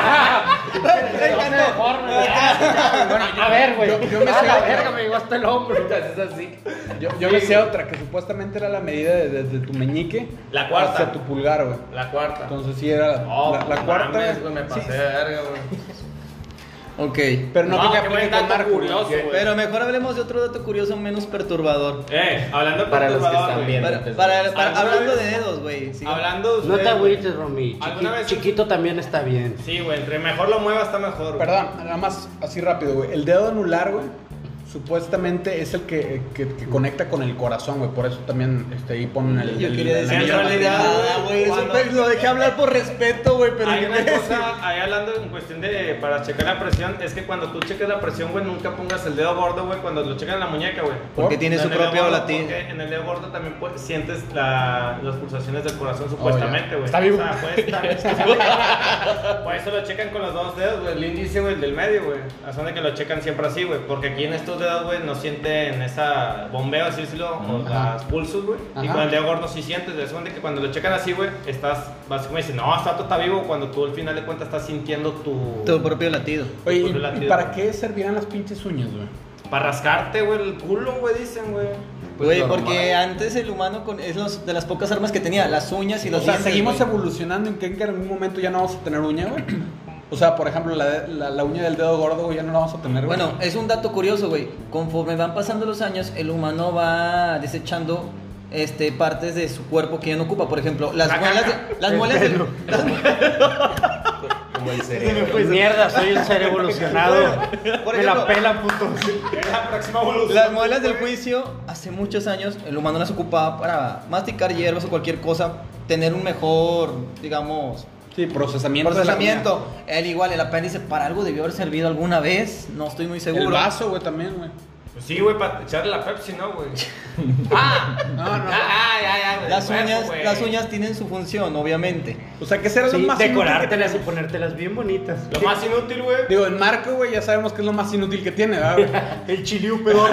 Bueno, a ver, güey. Yo me sé A la otra. verga, me llegó hasta el hombro. Es así. Yo me sé otra, que supuestamente era la medida desde tu meñique La cuarta. hacia tu pulgar, güey. La cuarta. Entonces sí era la cuarta. Mames, güey, me Sí. pasé de verga, güey. Ok. Pero no, No, que qué aplique buen con dato Marco. curioso, güey. Pero mejor hablemos de otro dato curioso menos perturbador. Hablando de Para los que perturbador, están güey. viendo. Hablando de dedos, güey. sí. Hablando de No te ustedes, agüites, Romy. ¿Alguna vez- Chiquito también está bien. Sí, güey, entre mejor lo mueva está mejor, güey. Perdón, nada más así rápido, güey. El dedo anular, güey, supuestamente es el que conecta con el corazón, güey. Por eso también ahí ponen el. Yo el- quería el decir anillo. en realidad, güey. Eso cuando- lo dejé hablar por respeto, güey, pero Hay yo una quería cosa, ahí hablando en cuestión de para checar la presión, es que cuando tú cheques la presión, güey, nunca pongas el dedo gordo, güey, cuando lo checan en la muñeca, güey. Porque tiene su En el dedo propio gordo, latido. Porque en el dedo gordo también sientes las pulsaciones del corazón, supuestamente, güey. Está vivo. O sea, puede estar. Por eso lo checan con los 2 dedos, güey, el índice, güey, el del medio, güey. Razón de que lo checan siempre así, güey, porque aquí en estos dedos, güey, no sienten esa bombeo, así decirlo, o las pulsos, güey. Y Ajá. con el dedo gordo sí sientes, de razón de que cuando lo checan así, güey, vas como dicen, no, este vato está vivo, cuando tú al final de cuentas estás sintiendo tu propio latido. Oye, tu ¿y latido, para güey. qué servirán las pinches uñas, güey? Para rascarte, güey, el culo, güey, dicen, güey. Güey, normal. porque antes el humano es de las pocas armas que tenía, las uñas y los O sea, dientes. seguimos güey. evolucionando en que en algún momento ya no vamos a tener uña, güey. O sea, por ejemplo, la uña del dedo gordo, güey, ya no la vamos a tener, güey. Bueno, es un dato curioso, güey. Conforme van pasando los años, el humano va desechando partes de su cuerpo que ya no ocupa. Por ejemplo, las muelas Como el cerebro. Mierda, soy un ser evolucionado. Por Me la ejemplo, pelan, putos. Es la próxima evolución. las muelas del juicio, hace muchos años, el humano las ocupaba para masticar hierbas o cualquier cosa, tener un mejor, digamos, Sí, procesamiento. procesamiento. El igual, el apéndice para algo debió haber servido alguna vez, no estoy muy de la seguro. comida. El vaso, güey, también, güey. Pues sí, güey, para echarle la Pepsi, ¿no, güey? No, no. güey, Las uñas tienen su función, obviamente. O sea, ¿qué será lo Sí, más inútil que decorártelas y tenemos? ponértelas bien bonitas. Lo más inútil, güey. Digo, en Marco, güey, ya sabemos que es lo más inútil que tiene, ¿verdad, güey? El chiliu pedorro.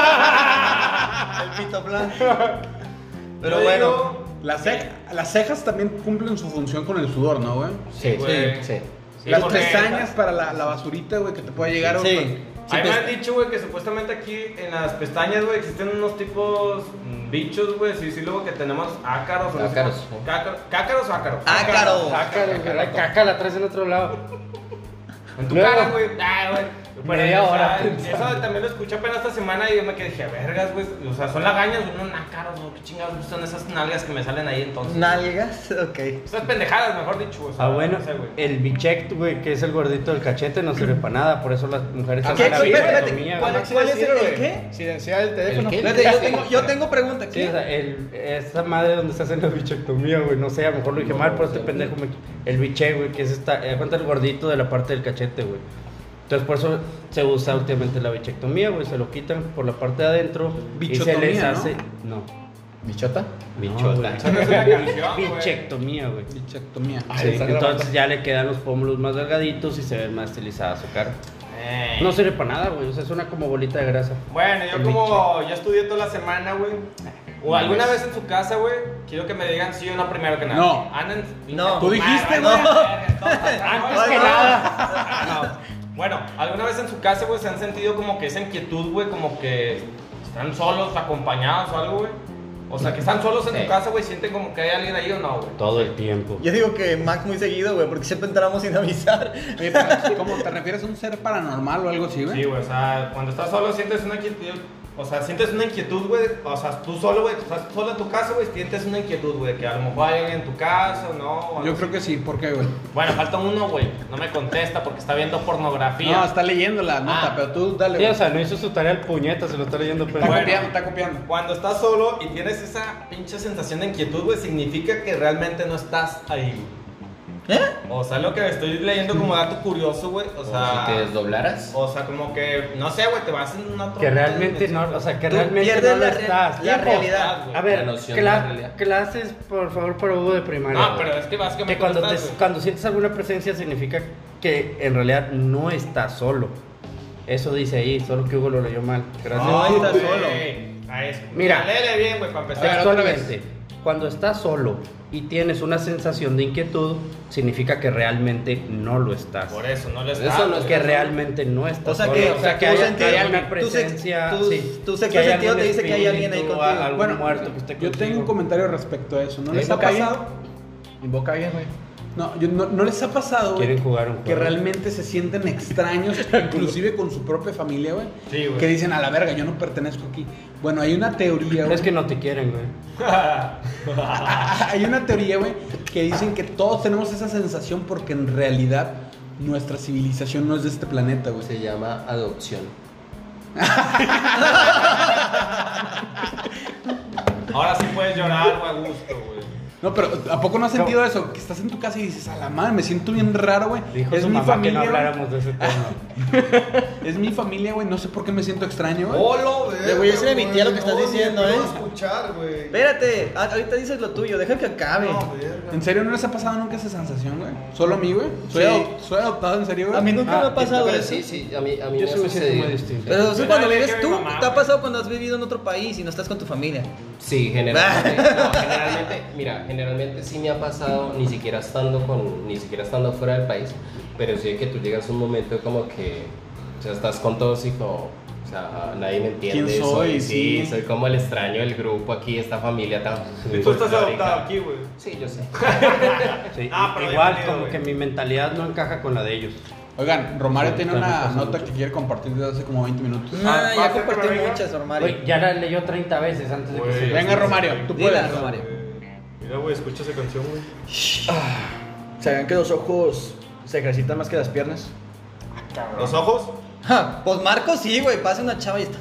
El pito blanco. Pero Yo bueno, digo- Las cejas también cumplen su función con el sudor, ¿no, güey? Sí, güey. sí. Sí, Las porque- pestañas para la basurita, güey, que te puede llegar, Sí. güey. A mí me han dicho, güey, que supuestamente aquí en las pestañas, güey, existen unos tipos bichos, güey, sí, luego que tenemos ácaros. o no sé Ácaros, cómo- sí. ¿Cácaros o ácaros? Ácaros. La caca la traes en otro lado. En tu Luego. cara, güey. Ah, güey. Media hora. Eso también lo escuché apenas esta semana y yo me quedé, dije, vergas, güey. O sea, son lagañas, güey, no nácaros, güey. ¿Qué chingados son esas nalgas que me salen ahí entonces? nalgas, ok. Esas pendejadas, mejor dicho, güey. O sea, Ah, bueno, no sé, güey. el bichect, güey, que es el gordito del cachete, no sirve para nada. Por eso las mujeres ¿Qué? hacen la Espérate, bichectomía, ¿cuál güey. es el qué? Si decía el teléfono. ¿El qué? Espérate, yo tengo pregunta. Sí, ¿Qué? o sea, esa madre donde se hacen la bichectomía, güey, no sé, a lo mejor lo dije mal, pero este pendejo el biche, güey, que es cuenta el gordito de la parte del cachete, güey. Entonces por eso se usa últimamente la bichectomía, güey, se lo quitan por la parte de adentro y se Bichotomía, les ¿no? hace no, ¿Bichota? bichota. Esa no es una canción, güey. Bichectomía, güey. Bichectomía. Sí, está entonces grabando. ya le quedan los pómulos más delgaditos y se ve más estilizada su cara. No sirve para nada, güey, o sea, es una como bolita de grasa. Bueno, yo El como ya estudié toda la semana, güey. O alguna vez en su casa, güey, quiero que me digan sí o no primero que nada. No. Andan. No. Tú dijiste, no. güey. Antes que nada. No. Bueno, alguna vez en su casa, güey, se han sentido como que esa inquietud, güey, como que están solos, acompañados o algo, güey. O sea, que están solos en Sí. su casa, güey, sienten como que hay alguien ahí o no, güey. Todo el tiempo. Yo digo que Max muy seguido, güey, porque siempre entramos sin avisar. Oye, pero, ¿cómo te refieres a un ser paranormal o algo así, güey? Sí, güey, o sea, cuando estás solo sientes una inquietud O sea, sientes una inquietud, güey. O sea, tú solo, güey, estás solo en tu casa, güey, sientes una inquietud, güey, que a lo mejor hay alguien en tu casa o no. O Yo creo que sí, ¿por qué, güey? Bueno, falta uno, güey. No me contesta porque está viendo pornografía. No, está leyendo la nota, pero tú dale, Sí, güey. o sea, no hizo su tarea el puñeta, se lo está leyendo, pero. Está copiando. Cuando estás solo y tienes esa pinche sensación de inquietud, güey, significa que realmente no estás ahí, güey. O sea, lo que estoy leyendo como dato curioso, güey. O sea, si te desdoblaras. o sea, como que, no sé, güey, te vas en una otra. Que realmente no, o sea, que Tú realmente pierdes no lo la estás. la Tiempo. realidad. A ver, La noción de la realidad. clases, por favor, para Hugo de primaria. No, güey. pero es que básicamente Que cuando, no estás, güey. cuando sientes alguna presencia significa que en realidad no estás solo. Eso dice ahí, solo que Hugo lo leyó mal. Gracias. No, estás güey. solo. A eso. Mira. Léele bien, güey, para empezar. A ver, otra vez. Textualmente, cuando estás solo y tienes una sensación de inquietud, significa que realmente no lo estás. Por eso, no le Eso estás. no es Que realmente no estás O sea solo. que, o sea, que tu haya, sentido- que haya una tu presencia. tu- tu sexto que haya sentido algún te dice que hay alguien ahí espíritu, contigo. algún Bueno, muerto que esté yo contigo. tengo un comentario respecto a eso. ¿No ¿Sí? les ha ¿Invoca pasado? Invoca a alguien, güey. No, no les ha pasado, güey, Quieren jugar un que juego. realmente se sienten extraños, inclusive con su propia familia, güey. Sí, güey. Que dicen, a la verga, yo no pertenezco aquí. Bueno, hay una teoría, güey. Es que no te quieren, güey. Hay una teoría, güey, que dicen que todos tenemos esa sensación porque en realidad nuestra civilización no es de este planeta, güey. Se llama adopción. Ahora sí puedes llorar, güey, a gusto, güey. No, pero ¿a poco no has sentido eso? Que estás en tu casa y dices, a la madre, me siento bien raro, güey. Dijo Es su mi mamá familia, que no güey. habláramos de ese tema. Es mi familia, güey. No sé por qué me siento extraño, güey. ¡Holo, Le voy a decir a mi tía lo que estás No, diciendo, ni ¿eh? puedo escuchar, güey. Espérate, ahorita dices lo tuyo, deja que acabe. No, verga. ¿En serio no les ha pasado nunca esa sensación, güey? ¿Solo a mí, güey? ¿Soy, Sí. soy adoptado en serio, güey? A mí nunca me ha pasado Pero eso. sí, sí, a mí Yo me sí ha me siento sucedido. muy distinto. Pero eso es Yo cuando no le vives dije a tú. mi mamá, ¿Te ha güey. pasado cuando has vivido en otro país y no estás con tu familia? Sí, generalmente, no, generalmente sí me ha pasado, ni siquiera estando fuera del país, pero sí que tú llegas a un momento como que, o sea, estás con todos y como, o sea, nadie me entiende. ¿Quién soy? Sí, Sí. soy como el extraño del grupo aquí, esta familia tan. Y tú estás folclórica. adoptado aquí, güey. Sí, yo sé. Sí, Ah, pero igual, bienvenido, como güey. que mi mentalidad no encaja con la de ellos. Oigan, Romario tiene Está una pasando nota mucho. que quiere compartir desde hace como 20 minutos. Ah, ya pásate, compartí venga. muchas, Romario. Oye, ya la leyó 30 veces antes de que Güey. se Venga, Romario, tú Dila, puedes. Romario. Mira, güey, escucha esa canción, güey. ¿Sabían que los ojos se ejercitan más que las piernas? ¿Los ojos? Ja, pues Marco sí, güey, pasa una chava y está.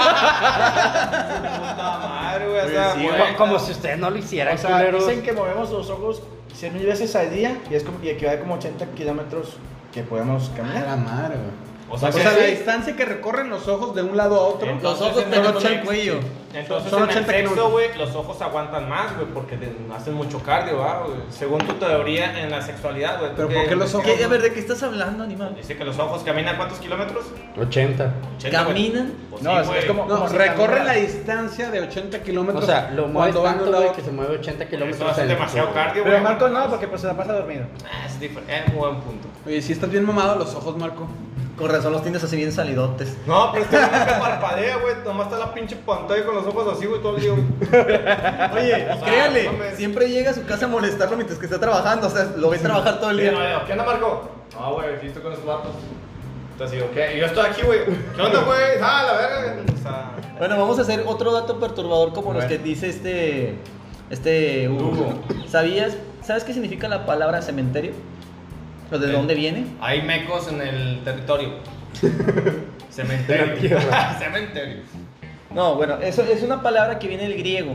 Puta madre, güey. O sea, Sí, güey. güey. Como si ustedes no lo hicieran, O sea, culeros. dicen que movemos los ojos 100,000 veces al día y, es como, y equivale como 80 kilómetros que podemos A caminar. la madre, güey. O sea, O sea, la sí. distancia que recorren los ojos de un lado a otro. Entonces, Los ojos en pegando el al cuello. Entonces, Son en el 80 sexo, kilómetros. güey, los ojos aguantan más, güey, porque hacen mucho cardio, ¿va, güey? Según tu teoría en la sexualidad, güey. ¿tú Pero ¿por qué los ojos? ¿Qué? A ver, ¿de qué estás hablando, animal? Dice que los ojos caminan ¿cuántos kilómetros? 80. 80, güey. ¿Caminan? Pues No, sí, es güey. como- No, si recorren la caminas. distancia de 80 kilómetros. O sea, lo mueves cuando van de tanto, un lado güey, a que otro. se mueve 80 Eso kilómetros hace en demasiado cardio, güey. Pero Marco no, porque pues se la pasa dormido. Ah, es diferente. Es un buen punto. Oye, si estás bien mamado los ojos, Marco. Con razón los tienes así bien salidotes. No, pero este güey que parpadea, güey. Nomás está la pinche pantalla con los ojos así, güey, todo el día, güey. Oye, O sea, créale, no mames. siempre llega a su casa a molestarlo mientras que está trabajando. O sea, lo ve trabajar todo el Sí, día. no, ¿qué onda, Marco? No, güey, aquí estoy con esos vatos. Entonces digo, ¿qué? Y yo estoy aquí, güey. ¿Qué onda, güey? Ah, la verga. O sea, Bueno, vamos a hacer otro dato perturbador como los que dice este Hugo. ¿Sabes qué significa la palabra cementerio? ¿O de dónde viene? hay mecos en el territorio. Cementerio. Cementerio. No, bueno, eso es una palabra que viene del griego,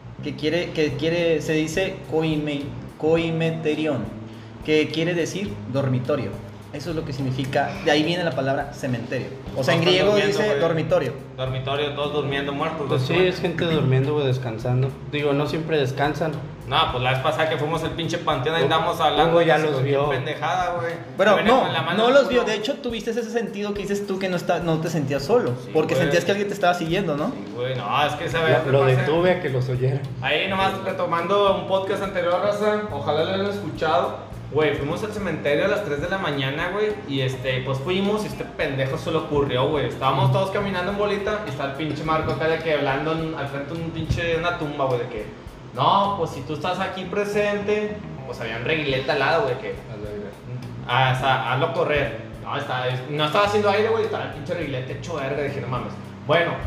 se dice koimeterion, que quiere decir dormitorio. Eso es lo que significa, de ahí viene la palabra cementerio. O sea, en Todos griego están durmiendo, dice güey. dormitorio. Dormitorio, todos durmiendo muertos. Pues sí, güey. es gente durmiendo, güey, descansando. Digo, no siempre descansan. No, pues la vez pasada que fuimos al pinche panteón ahí andamos hablando. Hugo ya de los vio. Pendejada, güey. Bueno, Me venía con la no, mano no en los el vio. culo. De hecho, tuviste ese sentido que dices tú que no te sentías solo. Sí, porque güey. sentías que alguien te estaba siguiendo, ¿no? Sí, güey, no, es que esa vez Lo me pasé. detuve a que los oyera. Ahí nomás retomando un podcast anterior, raza, ojalá lo hayan escuchado. Güey, fuimos al cementerio a las 3 de la mañana, güey, y pues fuimos y este pendejo se le ocurrió, güey. Estábamos todos caminando en bolita y está el pinche Marco acá de que hablando al frente de una tumba, güey, de que, no, pues si tú estás aquí presente, pues había un reguilete al lado, güey, que, o sea, hazlo correr. No estaba haciendo aire, güey, estaba el pinche reguilete hecho verga, dije, no mames. Bueno,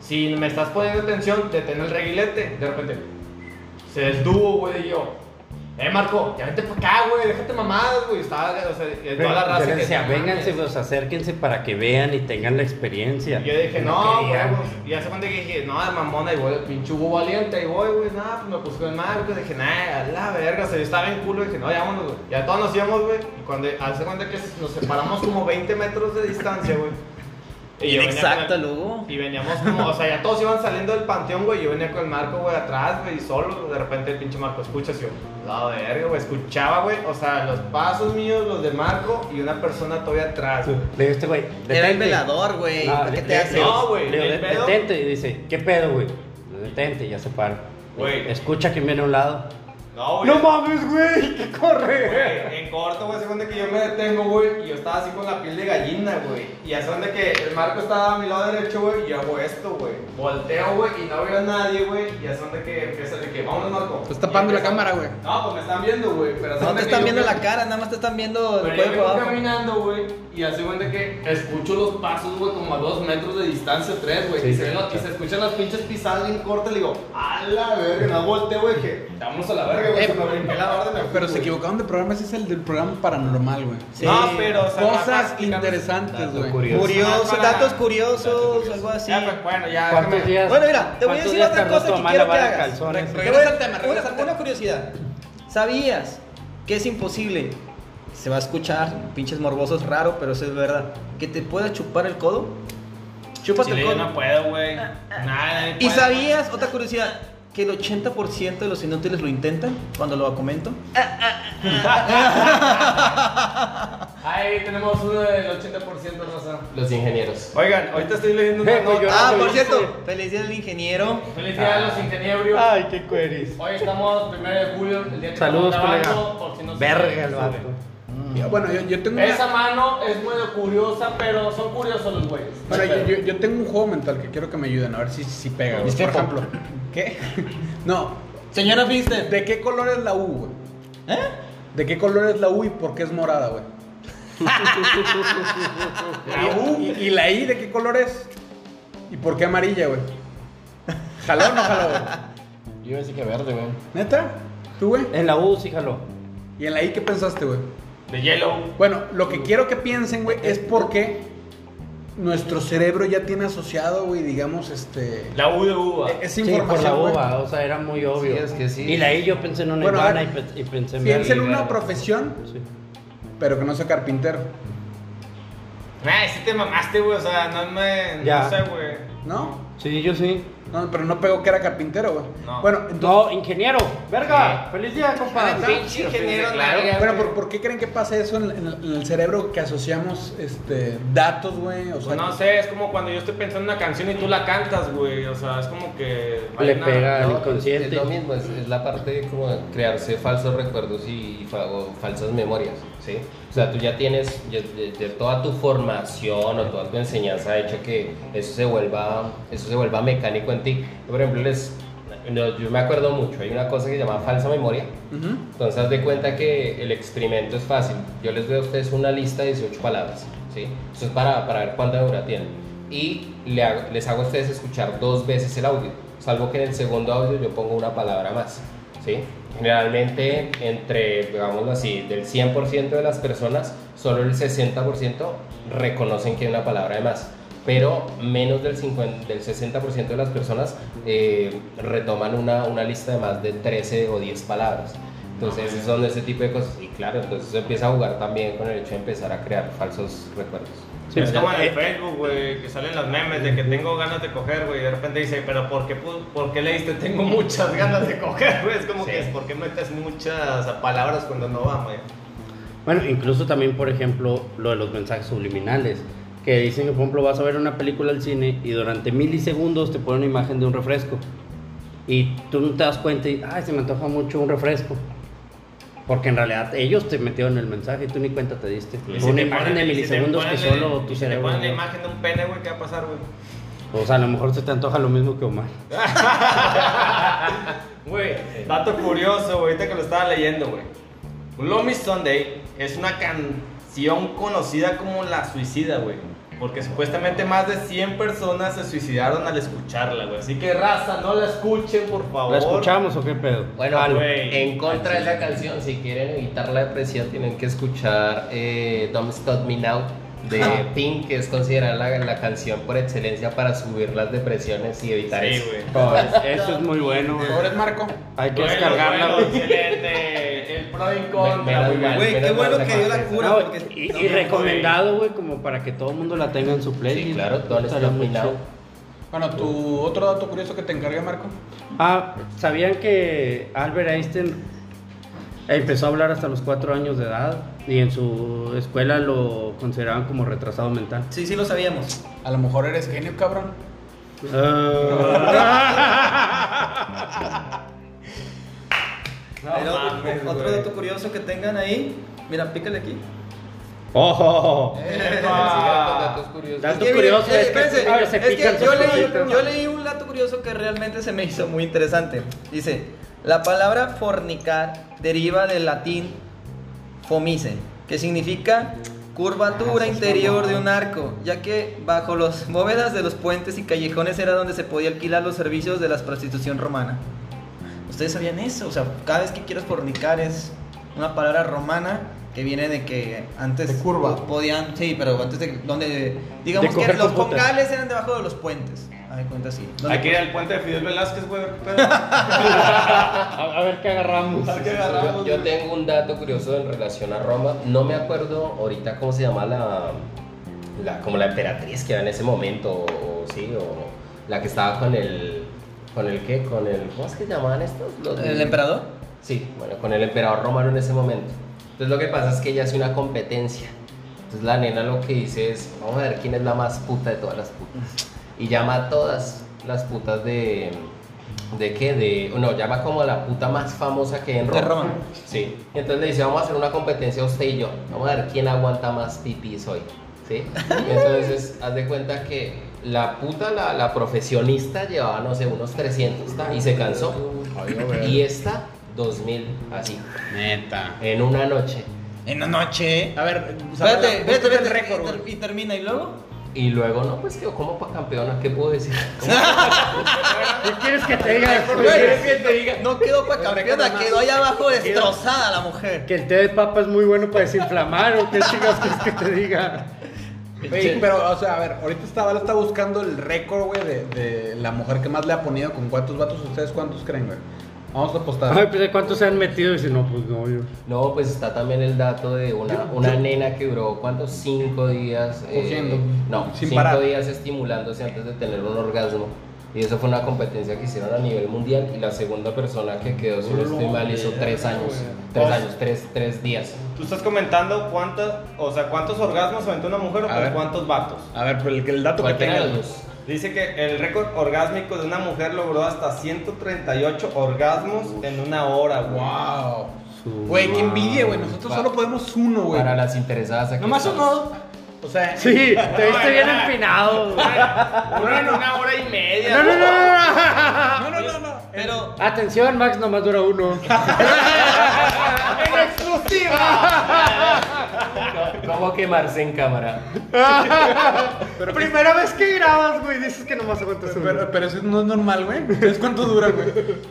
si me estás poniendo atención, detén el reguilete. De repente, se detuvo, güey, y yo, Marco, ya vente para acá, güey, déjate mamadas, güey. Estaba, o sea, toda la raza Yo que les decía, no vénganse, mames. pues acérquense para que vean y tengan la experiencia. Y yo dije, Que no, güey, querían. y hace cuando dije, no, de mamona, y voy, pinche Hugo Valiente, y voy, güey, nada, pues me puse con el Marco, dije, nah, a la verga, o sea, yo estaba en culo, dije, no, ya vámonos, güey. Ya todos nos íbamos, güey, y cuando, hace cuenta que nos separamos como 20 metros de distancia, güey. Y yo venía Inexacto, con el- Lugo. Y veníamos como, o sea, ya todos iban saliendo del panteón, güey. Yo venía con el Marco, güey, atrás, güey, y solo. De repente el pinche Marco escucha, así, la verga, güey. Escuchaba, güey, o sea, los pasos míos, los de Marco y una persona todavía atrás, güey. Le digo, este güey, Era el detente. velador, güey. No, ¿Qué le- te hace? no, güey, Le digo, el pedo- detente. Y dice, ¿qué pedo, güey? Detente, ya se para. Güey. Escucha quién viene a un lado. No, güey. No mames, güey, que corre. Güey, en corto, güey, según de que yo me detengo, güey, y yo estaba así con la piel de gallina, güey. Y hace donde que el Marco estaba a mi lado derecho, güey, y yo hago esto, güey. Volteo, güey, y no veo a nadie, güey. Y hace donde que empieza de que, vámonos, Marco. Estás tapando Y la empieza- cámara, güey. No, pues me están viendo, güey. Pero hace No donde te que están yo viendo me- la cara, nada más te están viendo el Pero yo cuerpo vengo abajo. caminando, güey, y hace cuenta que escucho los pasos, güey, como a 2 metros de distancia, 3, güey. Sí, y, sí, y se escuchan las pinches pisadas bien cortas. Le digo, a la verga, no volteo, güey, que vámonos a la verga, güey. Se me brinqué la orden. me fui, Pero se güey. equivocaron de programa, ese es el del programa paranormal, güey. Sí. No, pero, o sea, Cosas más explicando- interesantes, Dato güey. curioso. Curiosos, Para- datos curiosos, algo así. Ya, pues, bueno, ya. ¿Cuántos déjame- días? Bueno, mira, te voy a ¿cuántos decir días otra tardó cosa tu que mamá quiero en que lavar hagas. calzones? Regresa al tema, regresa al tema. Una curiosidad. ¿Sabías que es imposible? Se va a escuchar, pinches morbosos raro, pero eso es verdad. Que te pueda chupar el codo. Chúpate Chile, el yo codo. no puedo, güey. Nada, ¿Y sabías, otra curiosidad, que el 80% de los inútiles lo intentan cuando lo comento? Ahí tenemos uno del 80% raza. Los ingenieros. Oigan, ahorita estoy leyendo una Pues yo nota. Ah, no por lo cierto, hice. felicidades al ingeniero. Felicidades a los ingenieros. Ay, qué cueris. Hoy estamos 1 de julio, el día que Saludos, estamos grabando, colega. por si no se Verga el sube. vato. Bueno, yo tengo Esa una... mano es medio curiosa, pero son curiosos los güeyes. Bueno, yo tengo un juego mental que quiero que me ayuden a ver si pega, güey. Por Discrepo. ejemplo, ¿qué? No, Señora Finster. ¿de qué color es la U, güey? ¿Eh? ¿De qué color es la U y por qué es morada, güey? La U. ¿Y la I de qué color es? ¿Y por qué amarilla, güey? ¿Jaló o no jaló, güey? Yo iba a decir que verde, güey. ¿Neta? ¿Tú, güey? En la U sí jaló. ¿Y en la I qué pensaste, güey? De Yellow. Bueno, lo que quiero que piensen, güey, es porque nuestro cerebro ya tiene asociado, güey, digamos, La U de uva. es Sí, por información, la güey. uva, o sea, era muy obvio. Sí, es que sí. Y la I yo pensé en una Bueno, a iguana ver, y pensé en Piensa en verga. una profesión, Sí. pero que no sea carpintero, Ay, sí te mamaste, güey. O sea, no me. Ya. No sé, güey. ¿no? Sí, yo sí. No, pero no pegó que era carpintero, güey. No. Bueno, entonces... No, ingeniero. Verga. Feliz día, compa. ¿Neta? Pinche ingeniero, Claro. nalga, Bueno, güey. ¿por qué creen que pasa eso en el cerebro que asociamos datos, güey? O sea, Pues no sé, es como cuando yo estoy pensando en una canción y tú la cantas, güey. O sea, es como que. Le hay una- pega al No, inconsciente. Es lo mismo, es la parte de como de crearse falsos recuerdos o falsas memorias, ¿sí? O sea, tú ya tienes de toda tu formación o toda tu enseñanza ha hecho que eso se vuelva mecánico en ti. Por ejemplo, yo me acuerdo mucho, hay una cosa que se llama falsa memoria. Ujú. Entonces, haz de cuenta que el experimento es fácil. Yo les doy a ustedes una lista de 18 palabras, ¿sí? Eso es para ver cuánta memoria tienen. Y les hago a ustedes escuchar 2 veces el audio, salvo que en el segundo audio yo pongo una palabra más, ¿sí? Generalmente, digámoslo así, del 100% de las personas, solo el 60% reconocen que hay una palabra de más. Pero menos del 60% de las personas retoman una lista de más de 13 o 10 palabras. Entonces son ese tipo de cosas. Y claro, entonces eso empieza a jugar también con el hecho de empezar a crear falsos recuerdos. Sí, es como en el eh, Facebook, güey, que salen los memes de que tengo ganas de coger, güey, y de repente dice, pero ¿por qué leíste tengo muchas ganas de coger, güey? Es como que es, ¿por qué metes muchas palabras cuando no va, güey? Bueno, incluso también, por ejemplo, lo de los mensajes subliminales. Que dicen que, por ejemplo, vas a ver una película al cine y durante milisegundos te pone una imagen de un refresco. Y tú no te das cuenta y, ay, se me antoja mucho un refresco. Porque en realidad ellos te metieron el mensaje y tú ni cuenta te diste. Y Es si una te imagen ponen- de y si te milisegundos que ponen solo el- tu y si te cerebro. ponen la vio. imagen de un pene, güey, ¿qué va a pasar, güey? O sea, a lo mejor se te antoja lo mismo que Omar. Güey, dato curioso, güey, ahorita que lo estaba leyendo, güey. Un Lomi Sunday es una conocida como la suicida, güey. Porque supuestamente más de 100 personas se suicidaron al escucharla, güey. Así que raza, no la escuchen, por favor. ¿La escuchamos o qué pedo? Bueno, güey. en contra de la canción, si quieren evitar la depresión, tienen que escuchar Don't Stop Me Now de Pink, que es considerada la canción por excelencia para subir las depresiones y evitar eso. güey. Eso es muy bueno, güey. ¿Sobres, Marco? Hay que Bueno, descargarla, güey. excelente. El pro y contra, Menos güey. mal. Güey, qué Menos bueno mal que dio la esa cura. No, porque y recomendado, güey, como para que todo el mundo la tenga en su playlist. Sí, claro, Don't Estaría Stop muy Me Now. chido. Bueno, tu otro dato curioso que te encargué, Marco. ¿Sabían que Albert Einstein empezó a hablar hasta los 4 años de edad? Y en su escuela lo consideraban como retrasado mental. Sí, sí lo sabíamos. A lo mejor eres genio, cabrón. Pero mames, otro güey. dato curioso que tengan ahí. Mira, pícale aquí. ¡Oh! Sigan con datos curiosos. Dato Es que, curioso miren, es que espérense, ellos se es que pican sus yo cositas. leí un dato curioso que realmente se me hizo muy interesante. Dice, la palabra fornicar deriva del latín fomice, que significa curvatura interior de un arco, ya que bajo las bóvedas de los puentes y callejones era donde se podía alquilar los servicios de la prostitución romana. ¿Ustedes sabían eso? O sea, cada vez que quieras fornicar es una palabra romana que viene de que antes De curva. podían, sí, pero antes de donde digamos De que coger los con putas. congales eran debajo de los puentes. A ver, cuenta así. Hay que ir al puente de Fidel Velázquez, güey. ¿Qué pedo? A ver qué agarramos. A ver qué agarramos, Yo güey. tengo un dato curioso en relación a Roma. No me acuerdo ahorita cómo se llama como la emperatriz que era en ese momento, o la que estaba ¿cómo es que llamaban estos? ¿El emperador? Sí, bueno, con el emperador romano en ese momento. Entonces lo que pasa es que ella hace una competencia. Entonces la nena lo que dice es, vamos a ver quién es la más puta de todas las putas. Y llama a todas las putas llama como a la puta más famosa que hay en Roma. De Roma. Sí. Y entonces le dice, vamos a hacer una competencia usted y yo. Vamos a ver quién aguanta más pipis hoy. ¿Sí? Y entonces, haz de cuenta que la puta, la profesionista llevaba, no sé, unos 300 y se cansó. Y esta, 2000, así, Neta. en una noche. En la noche. A ver, Espérate, ¿cuál es el espérate, récord, espérate. güey? Y termina y luego. Y luego, no, pues quedó como para campeona, ¿qué puedo decir? ¿Qué quieres que te diga? No quedó para El récord campeona, más- quedó allá abajo destrozada la mujer. Que el té de papa es muy bueno para desinflamar o qué chicas quieres que te diga. Oye, pero, o sea, a ver, ahorita está buscando el récord, güey, de la mujer que más le ha ponido con cuántos vatos. ¿Ustedes cuántos creen, güey? Vamos a apostar. Ay, pues de cuántos se han metido y si no, pues no, yo. No, pues está también el dato de una nena que duró, ¿cuántos? 5 días. Cogiendo, No, sin 5 parar. días estimulándose antes de tener un orgasmo. Y eso fue una competencia que hicieron a nivel mundial. Y la segunda persona que quedó, si no estoy mal, hizo 3 años. 3 días. Tú estás comentando cuántos orgasmos aventó una mujer o A con ver. cuántos vatos. A ver, pero el dato que Cualquiera de tenga. los dos. Dice que el récord orgásmico de una mujer logró hasta 138 orgasmos en una hora, güey. Wow. Güey, qué envidia, güey. Nosotros solo podemos uno, güey. Para las interesadas aquí. Nomás estamos. uno. O sea, Sí, te viste bien empinado. güey. Uno en una hora y media. No, no, no, no, no. no. Pero Atención, Max nomás dura uno. ¡En exclusiva! ¿Cómo quemarse en cámara? Pero, Primera vez que grabas, güey, dices que nomás aguantas uno. pero eso no es normal, güey. ¿Sabes cuánto dura, güey?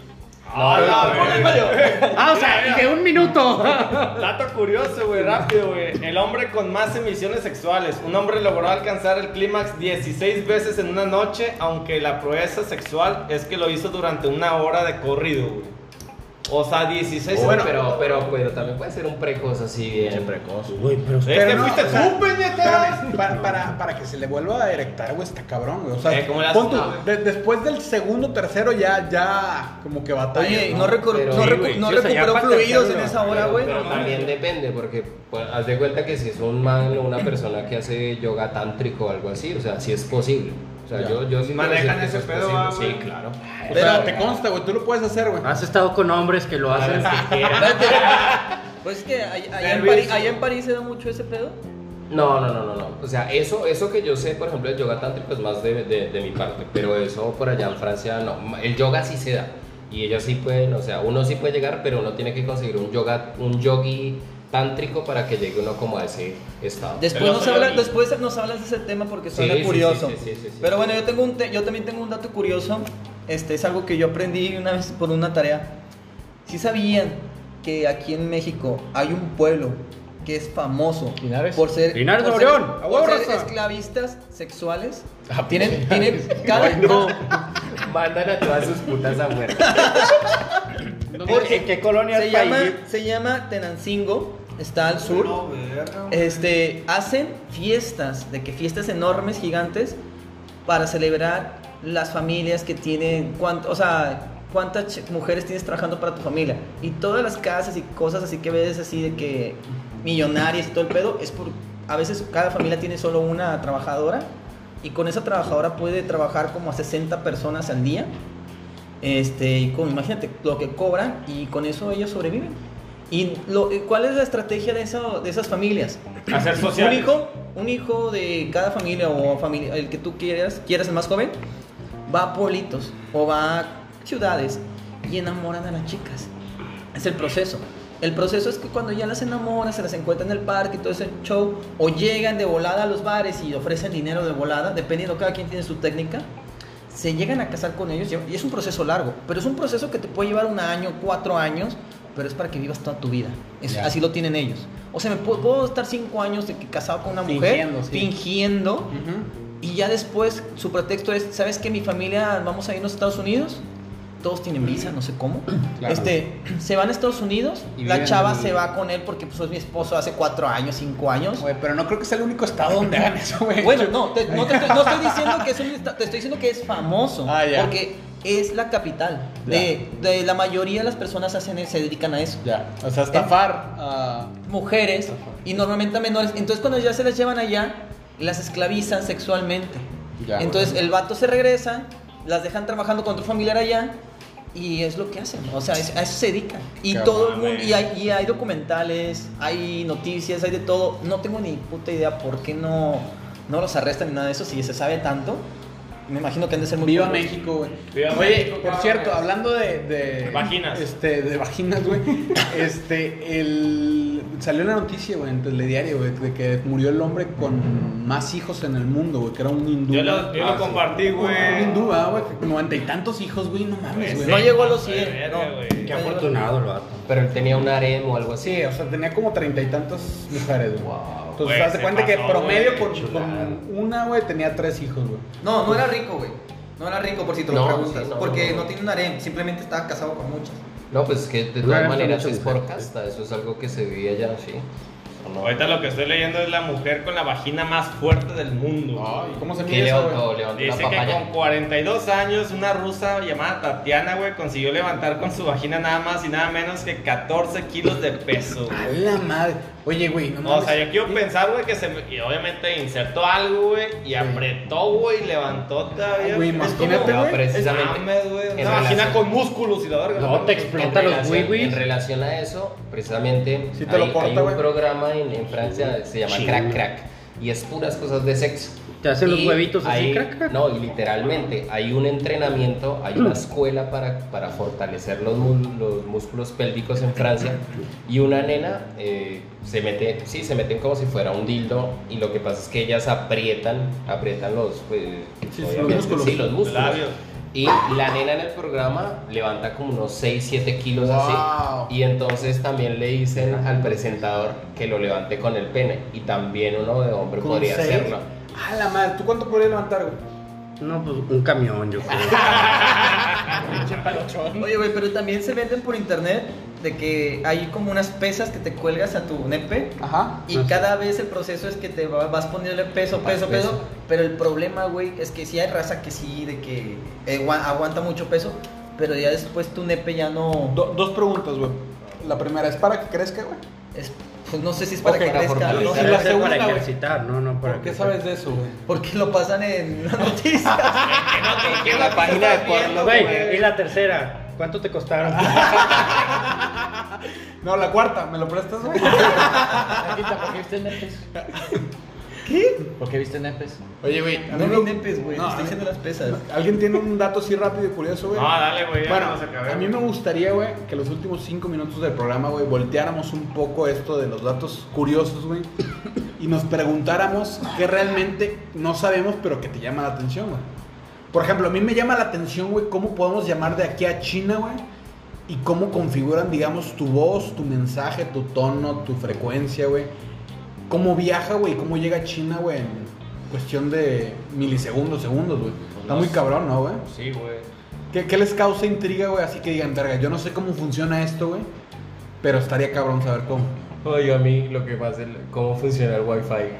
O sea, y de 1 minuto. Dato curioso, güey, rápido, güey. El hombre con más emisiones sexuales. Un hombre logró alcanzar el clímax 16 veces en una noche, aunque la proeza sexual es que lo hizo durante una hora de corrido, güey. O sea, 16 Bueno, pero también puede ser un precoz así bien. Güey, pero Es que fuiste o sea, tú, puñeta. espérame, para que se le vuelva a erectar, güey, está cabrón, güey. O sea, ¿Cómo le haces? pon tú, después del segundo, tercero, ya como que batalla. oye, Pero sí, güey, no sí, o sea, ya recuperó para fluidos en tercerlo. esa hora, güey. Pero también depende, porque pues, haz de cuenta que si es un man o una persona que hace yoga tántrico o algo así, o sea, sí es posible. O sea, Ya. yo sí Manejan creo que ese eso es pedo, posible. ah, Sí, güey. claro. O sea, te consta, güey, tú lo puedes hacer, güey. Has estado con hombres que lo hacen. Espérate. Pues es que allá en París se da mucho ese pedo. No. O sea, eso que yo sé, por ejemplo, el yoga tántrico es más de mi parte, pero eso por allá en Francia no. El yoga sí se da. Y ellos sí pueden, o sea, uno sí puede llegar, pero uno tiene que conseguir un yogi tántrico para que llegue uno como a ese estado. Después nos hablas de ese tema porque suena Sí, curioso. sí. Pero bueno, yo también tengo un dato curioso. Es algo que yo aprendí una vez por una tarea. ¿Sí sabían que aquí en México hay un pueblo que es famoso Linares. por ser, Linares de por ser- Obregón. ¡A por huevo, ser raza! esclavistas sexuales? Ah, Tienen cada Mandan a todas sus putas a muerte. ¿En qué colonia se del llama, país? se llama Tenancingo, está al sur. Hacen fiestas enormes, gigantes, para celebrar las familias que tienen, cuántas mujeres tienes trabajando para tu familia. Y todas las casas y cosas así que ves así de que millonarias y todo el pedo, a veces cada familia tiene solo una trabajadora y con esa trabajadora puede trabajar como a 60 personas al día. Imagínate lo que cobran y con eso ellos sobreviven. ¿Cuál es la estrategia de esas familias? Hacer sociales. Un hijo de cada familia o familia, el que tú quieras el más joven, va a pueblitos o va a ciudades y enamoran a las chicas. Es el proceso. El proceso es que cuando ya las enamoran, se las encuentran en el parque y todo ese show, o llegan de volada a los bares y ofrecen dinero de volada, dependiendo, cada quien tiene su técnica. Se llegan a casar con ellos y es un proceso largo, pero es un proceso que te puede llevar 1 año, 4 años, pero es para que vivas toda tu vida. Así lo tienen ellos. O sea, puedo estar 5 años de que casado con una mujer, fingiendo, y ya después su pretexto es, ¿sabes qué? Mi familia, vamos a irnos a Estados Unidos. Todos tienen visa, no sé cómo. Claro. Se van a Estados Unidos, Y la viven chava en- se va con él porque pues, es mi esposo hace 4 años, 5 años. Güey, pero no creo que sea el único estado donde hagan eso, güey. Bueno, no estoy diciendo que te estoy diciendo que es famoso. Ah, ya. Porque es la capital. Ya. De la mayoría de las personas se dedican a eso. Ya, o sea, estafar a... Mujeres y normalmente a menores. Entonces cuando ya se las llevan allá, las esclavizan sexualmente. Ya. Entonces el vato se regresa, las dejan trabajando con otro familiar allá. Y es lo que hacen, o sea, a eso se dedican. Y Qué todo el mundo, mames. y hay documentales, hay noticias, hay de todo. No tengo ni puta idea por qué no los arrestan ni nada de eso, si se sabe tanto. Me imagino que han de ser muy Viva pocos. México, güey. Viva Oye, México, por cabrones. cierto, hablando de Vaginas. de vaginas, güey. Salió la noticia, güey, en Telediario, güey, de que murió el hombre con más hijos en el mundo, güey, que era un hindú. Yo lo compartí, Un güey. hindú, güey, 90 y tantos hijos, güey, no mames, güey. No llegó a los 100. Verga, no. güey. Qué afortunado el vato. Pero él tenía un harem o algo así. Sí, o sea, tenía como 30 y tantas mujeres, güey. Entonces, Güey, haz de se cuenta que pasó, promedio güey, con una, güey, tenía 3 hijos, güey. No era rico, güey. No era rico por si te lo No, preguntas. sí, no, porque no. no tiene un harem, simplemente estaba casado con muchas. No, pues es que de No, todas no, maneras mucho es por mujer. casta, eso es algo que se vivía allá, sí. ¿O no? Ahorita lo que estoy leyendo es la mujer con la vagina más fuerte del mundo. Ay, ¿cómo se ¿Qué mide eso, levantó? güey? Levantó la Dice que papaya. con 42 años una rusa llamada Tatiana, güey, consiguió levantar con su vagina nada más y nada menos que 14 kilos de peso, A güey. la madre. Oye, güey, no O mames. sea, yo quiero pensar, güey, y obviamente insertó algo, güey, y apretó, güey, y levantó todavía. Güey, Es imagínate, como- No, güey. precisamente. Es mames, güey, en una vagina relación- con músculos y la verga. No, te explota los En wiwis. relación a eso, precisamente Sí te lo corta, hay un güey. programa en Francia, se llama Crack Crack, y es puras cosas de sexo. Te hacen los Y huevitos así, hay- crack, crack. No, y literalmente hay un entrenamiento, hay una escuela para fortalecer los músculos pélvicos en Francia, y una nena se meten como si fuera un dildo, y lo que pasa es que ellas aprietan los, pues, Sí, los obviamente, músculos. sí, los músculos. Labios. Y la nena en el programa levanta como unos 6-7 kilos Wow. así. Y entonces también le dicen al presentador que lo levante con el pene. Y también uno de hombre ¿Con podría 6? hacerlo. A la madre, ¿tú cuánto podrías levantar, güey? No, pues un camión, yo creo. Oye, güey, pero también se venden por internet de que hay como unas pesas que te cuelgas a tu nepe. Ajá. Y cada vez el proceso es que te vas poniéndole peso. Pero el problema, güey, es que sí hay raza que sí, de que aguanta mucho peso. Pero ya después tu nepe ya no. Dos preguntas, güey. La primera, ¿es para que crezca, güey? Pues no sé si es para Ok, que para crezca. fortalecer. No sé, Y la Debe ser segunda, para güey. ejercitar, no para ¿Por qué que- sabes de eso, güey? porque lo pasan en las noticias. En la página de porno, Güey, y la tercera, ¿cuánto te costaron? No, la cuarta, ¿me lo prestas, güey? ¿Por qué viste nepes? Oye, güey, a No mí vi nepes, güey. no, Te estoy diciendo las pesas. ¿Alguien tiene un dato así rápido y curioso, güey? No, dale, güey, ya Bueno, nos acabé, a mí güey. me gustaría, güey, que los últimos 5 minutos del programa, güey, volteáramos un poco esto de los datos curiosos, güey, y nos preguntáramos qué realmente no sabemos, pero que te llama la atención, güey. Por ejemplo, a mí me llama la atención, güey, cómo podemos llamar de aquí a China, güey, y cómo configuran, digamos, tu voz, tu mensaje, tu tono, tu frecuencia, güey. Cómo viaja, güey, y cómo llega a China, güey, en cuestión de milisegundos, segundos, güey. Está muy cabrón, ¿no, güey? Sí, güey. ¿Qué les causa intriga, güey? Así que digan, verga, yo no sé cómo funciona esto, güey, pero estaría cabrón saber cómo. Oye, a mí lo que pasa es cómo funciona el wifi.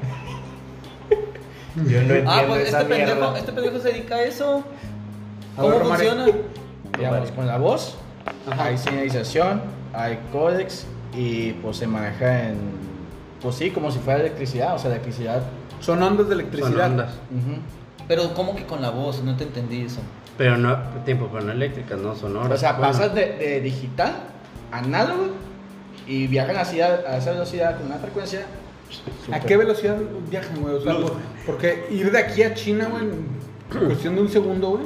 Yo no entiendo Pues esa mierda. este pendejo se dedica a eso. A ¿Cómo ver, Romario. funciona? Digamos, con la voz hay señalización, hay códex y pues se maneja en, pues sí, como si fuera electricidad, o sea, electricidad. Son ondas de Son electricidad. ondas. Ujú. Pero ¿cómo que con la voz? No te entendí eso. Pero no, pero no eléctricas, no sonoras. O sea, Bueno, pasas de digital a análogo y viajan a esa velocidad con una frecuencia. ¿A súper- qué velocidad viajan, güey? O sea, porque ir de aquí a China, güey, en cuestión de un segundo, güey.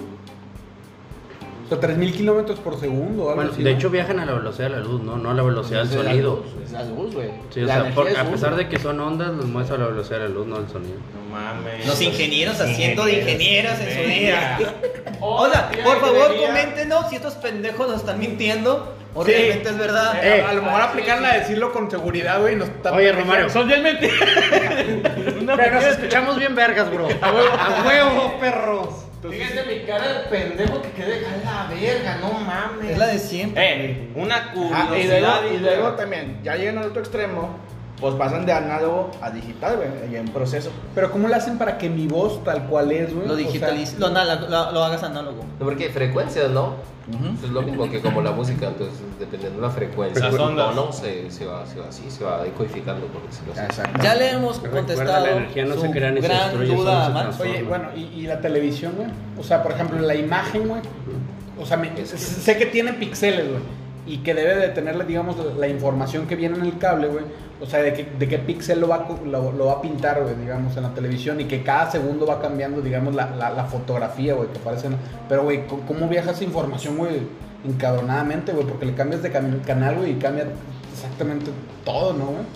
O sea, 3.000 kilómetros por segundo o algo bueno, así. de ¿no? hecho viajan a la velocidad de la luz, no a la velocidad del Es la sonido. luz, Es la luz, güey. Sí, o La sea, energía es a luz, pesar güey. de que son ondas, los muestra a la velocidad de la luz, no el sonido. No mames. Los ingenieros haciendo de ingenieros en su día. Oh, Hola, tía, por favor, ingeniería. coméntenos si estos pendejos nos están mintiendo o Sí. realmente es verdad. A lo mejor aplicarla a decirlo con seguridad, güey. Nos está Oye, Romario. Son bien mentiras. Pero nos escuchamos bien vergas, bro. A huevo, perros. Fíjate mi cara de pendejo que quedé a la verga, no mames. Es la de siempre. Una Ah, curiosidad. y luego también, ya llegan al otro extremo, pues pasan de análogo a digital, güey, y en proceso. Pero ¿cómo le hacen para que mi voz tal cual es, güey? Lo O sea, digitaliz, lo hagas análogo. No, porque frecuencias, ¿no? Es lo mismo que como la música, entonces dependiendo de la frecuencia, Las el ondas. tono se va así, se va decodificando, por decirlo así. Exacto. Ya le hemos Recuerda, contestado la energía no su se crea ni se gran destruye, duda solo a se Max. transforma. Oye, bueno, ¿y la televisión, güey? O sea, por ejemplo, la imagen, güey. O sea, sé que tiene píxeles, güey. Y que debe de tener, digamos, la información que viene en el cable, güey. O sea, de qué píxel lo va a pintar, güey, digamos, en la televisión. Y que cada segundo va cambiando, digamos, la fotografía, güey, que aparece. Pero, güey, ¿cómo viaja esa información, güey? Encadronadamente, güey. Porque le cambias de canal, güey, y cambia exactamente todo, ¿no, güey?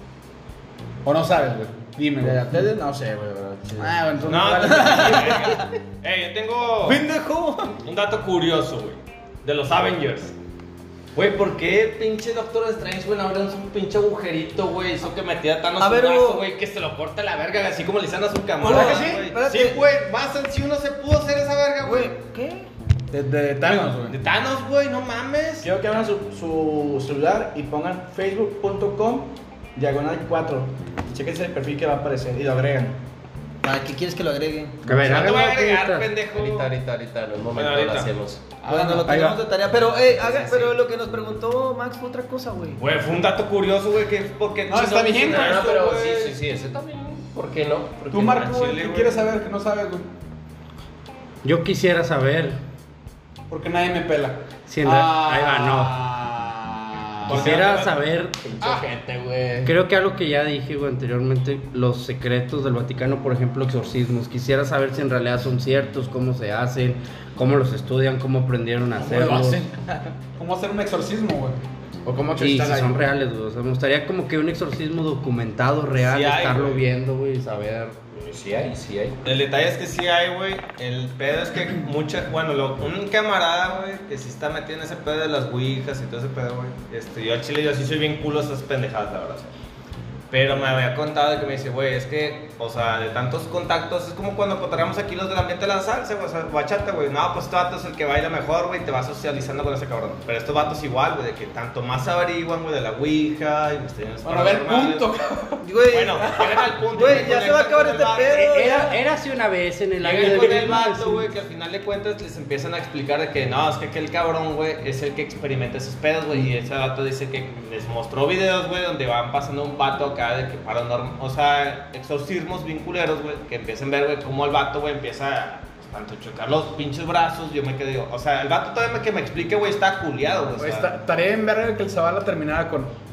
¿O no sabes, güey? Dime, De güey. la tele, no sé, güey, bro. Sí. Ah, bueno, entonces No, vale. yo tengo ¡Pendejo! un dato curioso, güey. De los Avengers. Güey, ¿por qué pinche Doctor Strange, güey, ahora en su pinche agujerito, güey? Eso que metía Thanos A su ver, brazo, Hugo. güey, que se lo corta la verga, así como le hicieron a su ¿Verdad camarada, que sí? güey. Espérate. Sí, güey, Basan, si uno se pudo hacer esa verga, güey. ¿Qué? De Thanos, güey. De Thanos, güey, no mames. Quiero que abran su celular y pongan facebook.com/4. Chequense el perfil que va a aparecer y lo agregan. ¿Para qué quieres que lo agreguen? A ver, No te voy a háganlo agregar, ahorita. pendejo. Ahorita, en un momento ahorita. lo hacemos. Bueno, lo ahí tenemos va. de tarea. Pero, pero lo que nos preguntó Max fue otra cosa, güey. Güey, fue un dato curioso, güey, que porque No, está bien, no, No, pero güey. sí, ese también. ¿Por qué no? ¿Por Tú, qué Marco, no? güey, Chile, ¿qué güey. quieres saber que no sabes, güey? Yo quisiera saber Porque nadie me pela. si en ahí va, no. Quisiera saber, Gente, güey. creo que algo que ya dije güey, anteriormente, los secretos del Vaticano, por ejemplo, exorcismos. Quisiera saber si en realidad son ciertos, cómo se hacen, cómo los estudian, cómo aprendieron a ¿Cómo hacerlos. lo hacen? ¿Cómo hacer un exorcismo, güey? O cómo Y si están ahí. son reales, güey. O sea, me gustaría como que un exorcismo documentado, real, Sí hay, estarlo güey. viendo, güey, y saber. Sí hay. El detalle es que sí hay, güey. El pedo es que un camarada, güey, que sí está metido en ese pedo de las ouijas y todo ese pedo, güey. Yo al chile, yo sí soy bien culo a esas pendejadas, la verdad. Pero me había contado de que me dice, güey, es que, o sea, de tantos contactos, es como cuando cotorreamos aquí los del ambiente de la salsa, güey, o sea, bachata, güey. No, pues este vato es el que baila mejor, güey, te vas socializando con ese cabrón. Pero estos vatos igual, güey, de que tanto más averiguan, güey, de la ouija y cuestiones Bueno, a ver, paranormales. punto. Güey, Bueno, llegan al punto. Güey, que ya se va a acabar conectan con este el vato. pedo. Era así una vez en el año Llegan de con el 1900. vato, güey, que al final de cuentas les empiezan a explicar de que no, es que aquel cabrón, güey, es el que experimenta esos pedos, güey. Y ese vato dice que les mostró videos, güey, donde van pasando un vato acá de que paranormal, o sea, exorcismos bien culeros, güey, que empiezan a ver, güey, cómo el vato, güey, empieza a tanto chocar los pinches brazos. Yo me quedé, o sea, el vato todavía que me explique, güey, está culiado, güey. O sea, Estaría en verga que el Zavala terminara con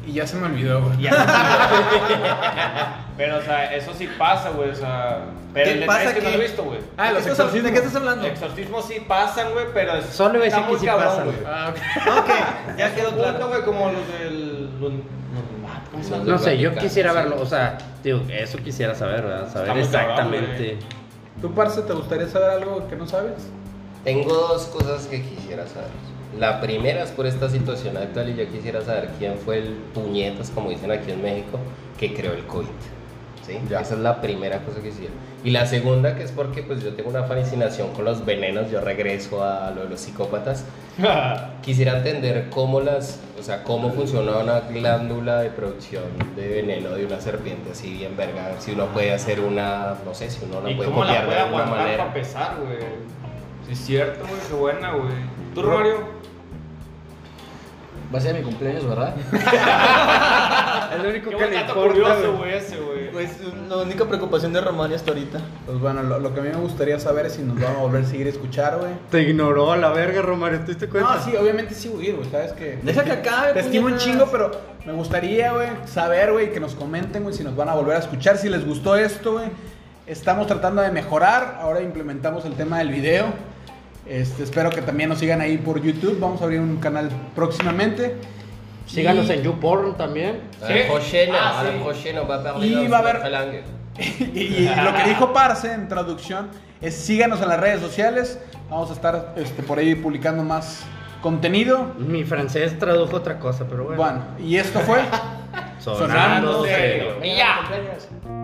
Y ya se me olvidó, güey. Pero, o sea, eso sí pasa, güey, o sea... Pero ¿Qué el pasa detalle es que no aquí? lo he visto, güey. Ah, los ¿De exorcismos. qué estás hablando? Exorcismos sí pasan, güey, pero Solo iba a está decir que muy sí cabrón, pasan. güey. Ah, ok. Ok, ya quedó claro. güey, como los del... ¿Cómo se llama? No sé, yo Vaticano, quisiera sí. verlo, o sea, digo, eso quisiera saber, ¿verdad? Saber Está muy cabrón, exactamente. ¿Tú, parce, te gustaría saber algo que no sabes? Tengo dos cosas que quisiera saber. La primera es por esta situación actual y yo quisiera saber quién fue el puñetas, como dicen aquí en México, que creó el COVID. ¿Sí? Ya. Esa es la primera cosa que quisiera. Y la segunda, que es porque pues yo tengo una fascinación con los venenos, yo regreso a lo de los psicópatas. Quisiera entender cómo cómo funciona una glándula de producción de veneno de una serpiente así bien verga. Si uno puede hacer una, no sé, si uno la ¿Y puede cómo la copiar puede de alguna aguantar manera. para pesar, güey? Sí es cierto, güey, qué buena, güey. ¿Tú, Romario? Va a ser mi cumpleaños, ¿verdad? Es lo único Qué que buen le dato importa, curioso, güey. güey, ese, güey. Pues la única preocupación de Romario hasta ahorita. Pues bueno, lo que a mí me gustaría saber es si nos van a volver a seguir a escuchar, güey. Te ignoró a la verga, Romario, ¿te diste cuenta? No, sí, obviamente sí voy a ir, güey, sabes que... Deja que acabe, Te estimo un puñetas. chingo, pero me gustaría, güey, saber, güey, que nos comenten, güey, si nos van a volver a escuchar, si les gustó esto, güey. Estamos tratando de mejorar, ahora implementamos el tema del video. Espero que también nos sigan ahí por YouTube, vamos a abrir un canal próximamente. Síganos Y- en YouPorn también. José no, Ah, sí. José no va a perder Y los va a haber- Falange. y lo que dijo Parce en traducción es síganos en las redes sociales, vamos a estar por ahí publicando más contenido. Mi francés tradujo otra cosa, pero bueno. Bueno, y esto fue Sonando Sonando Serio. Ya.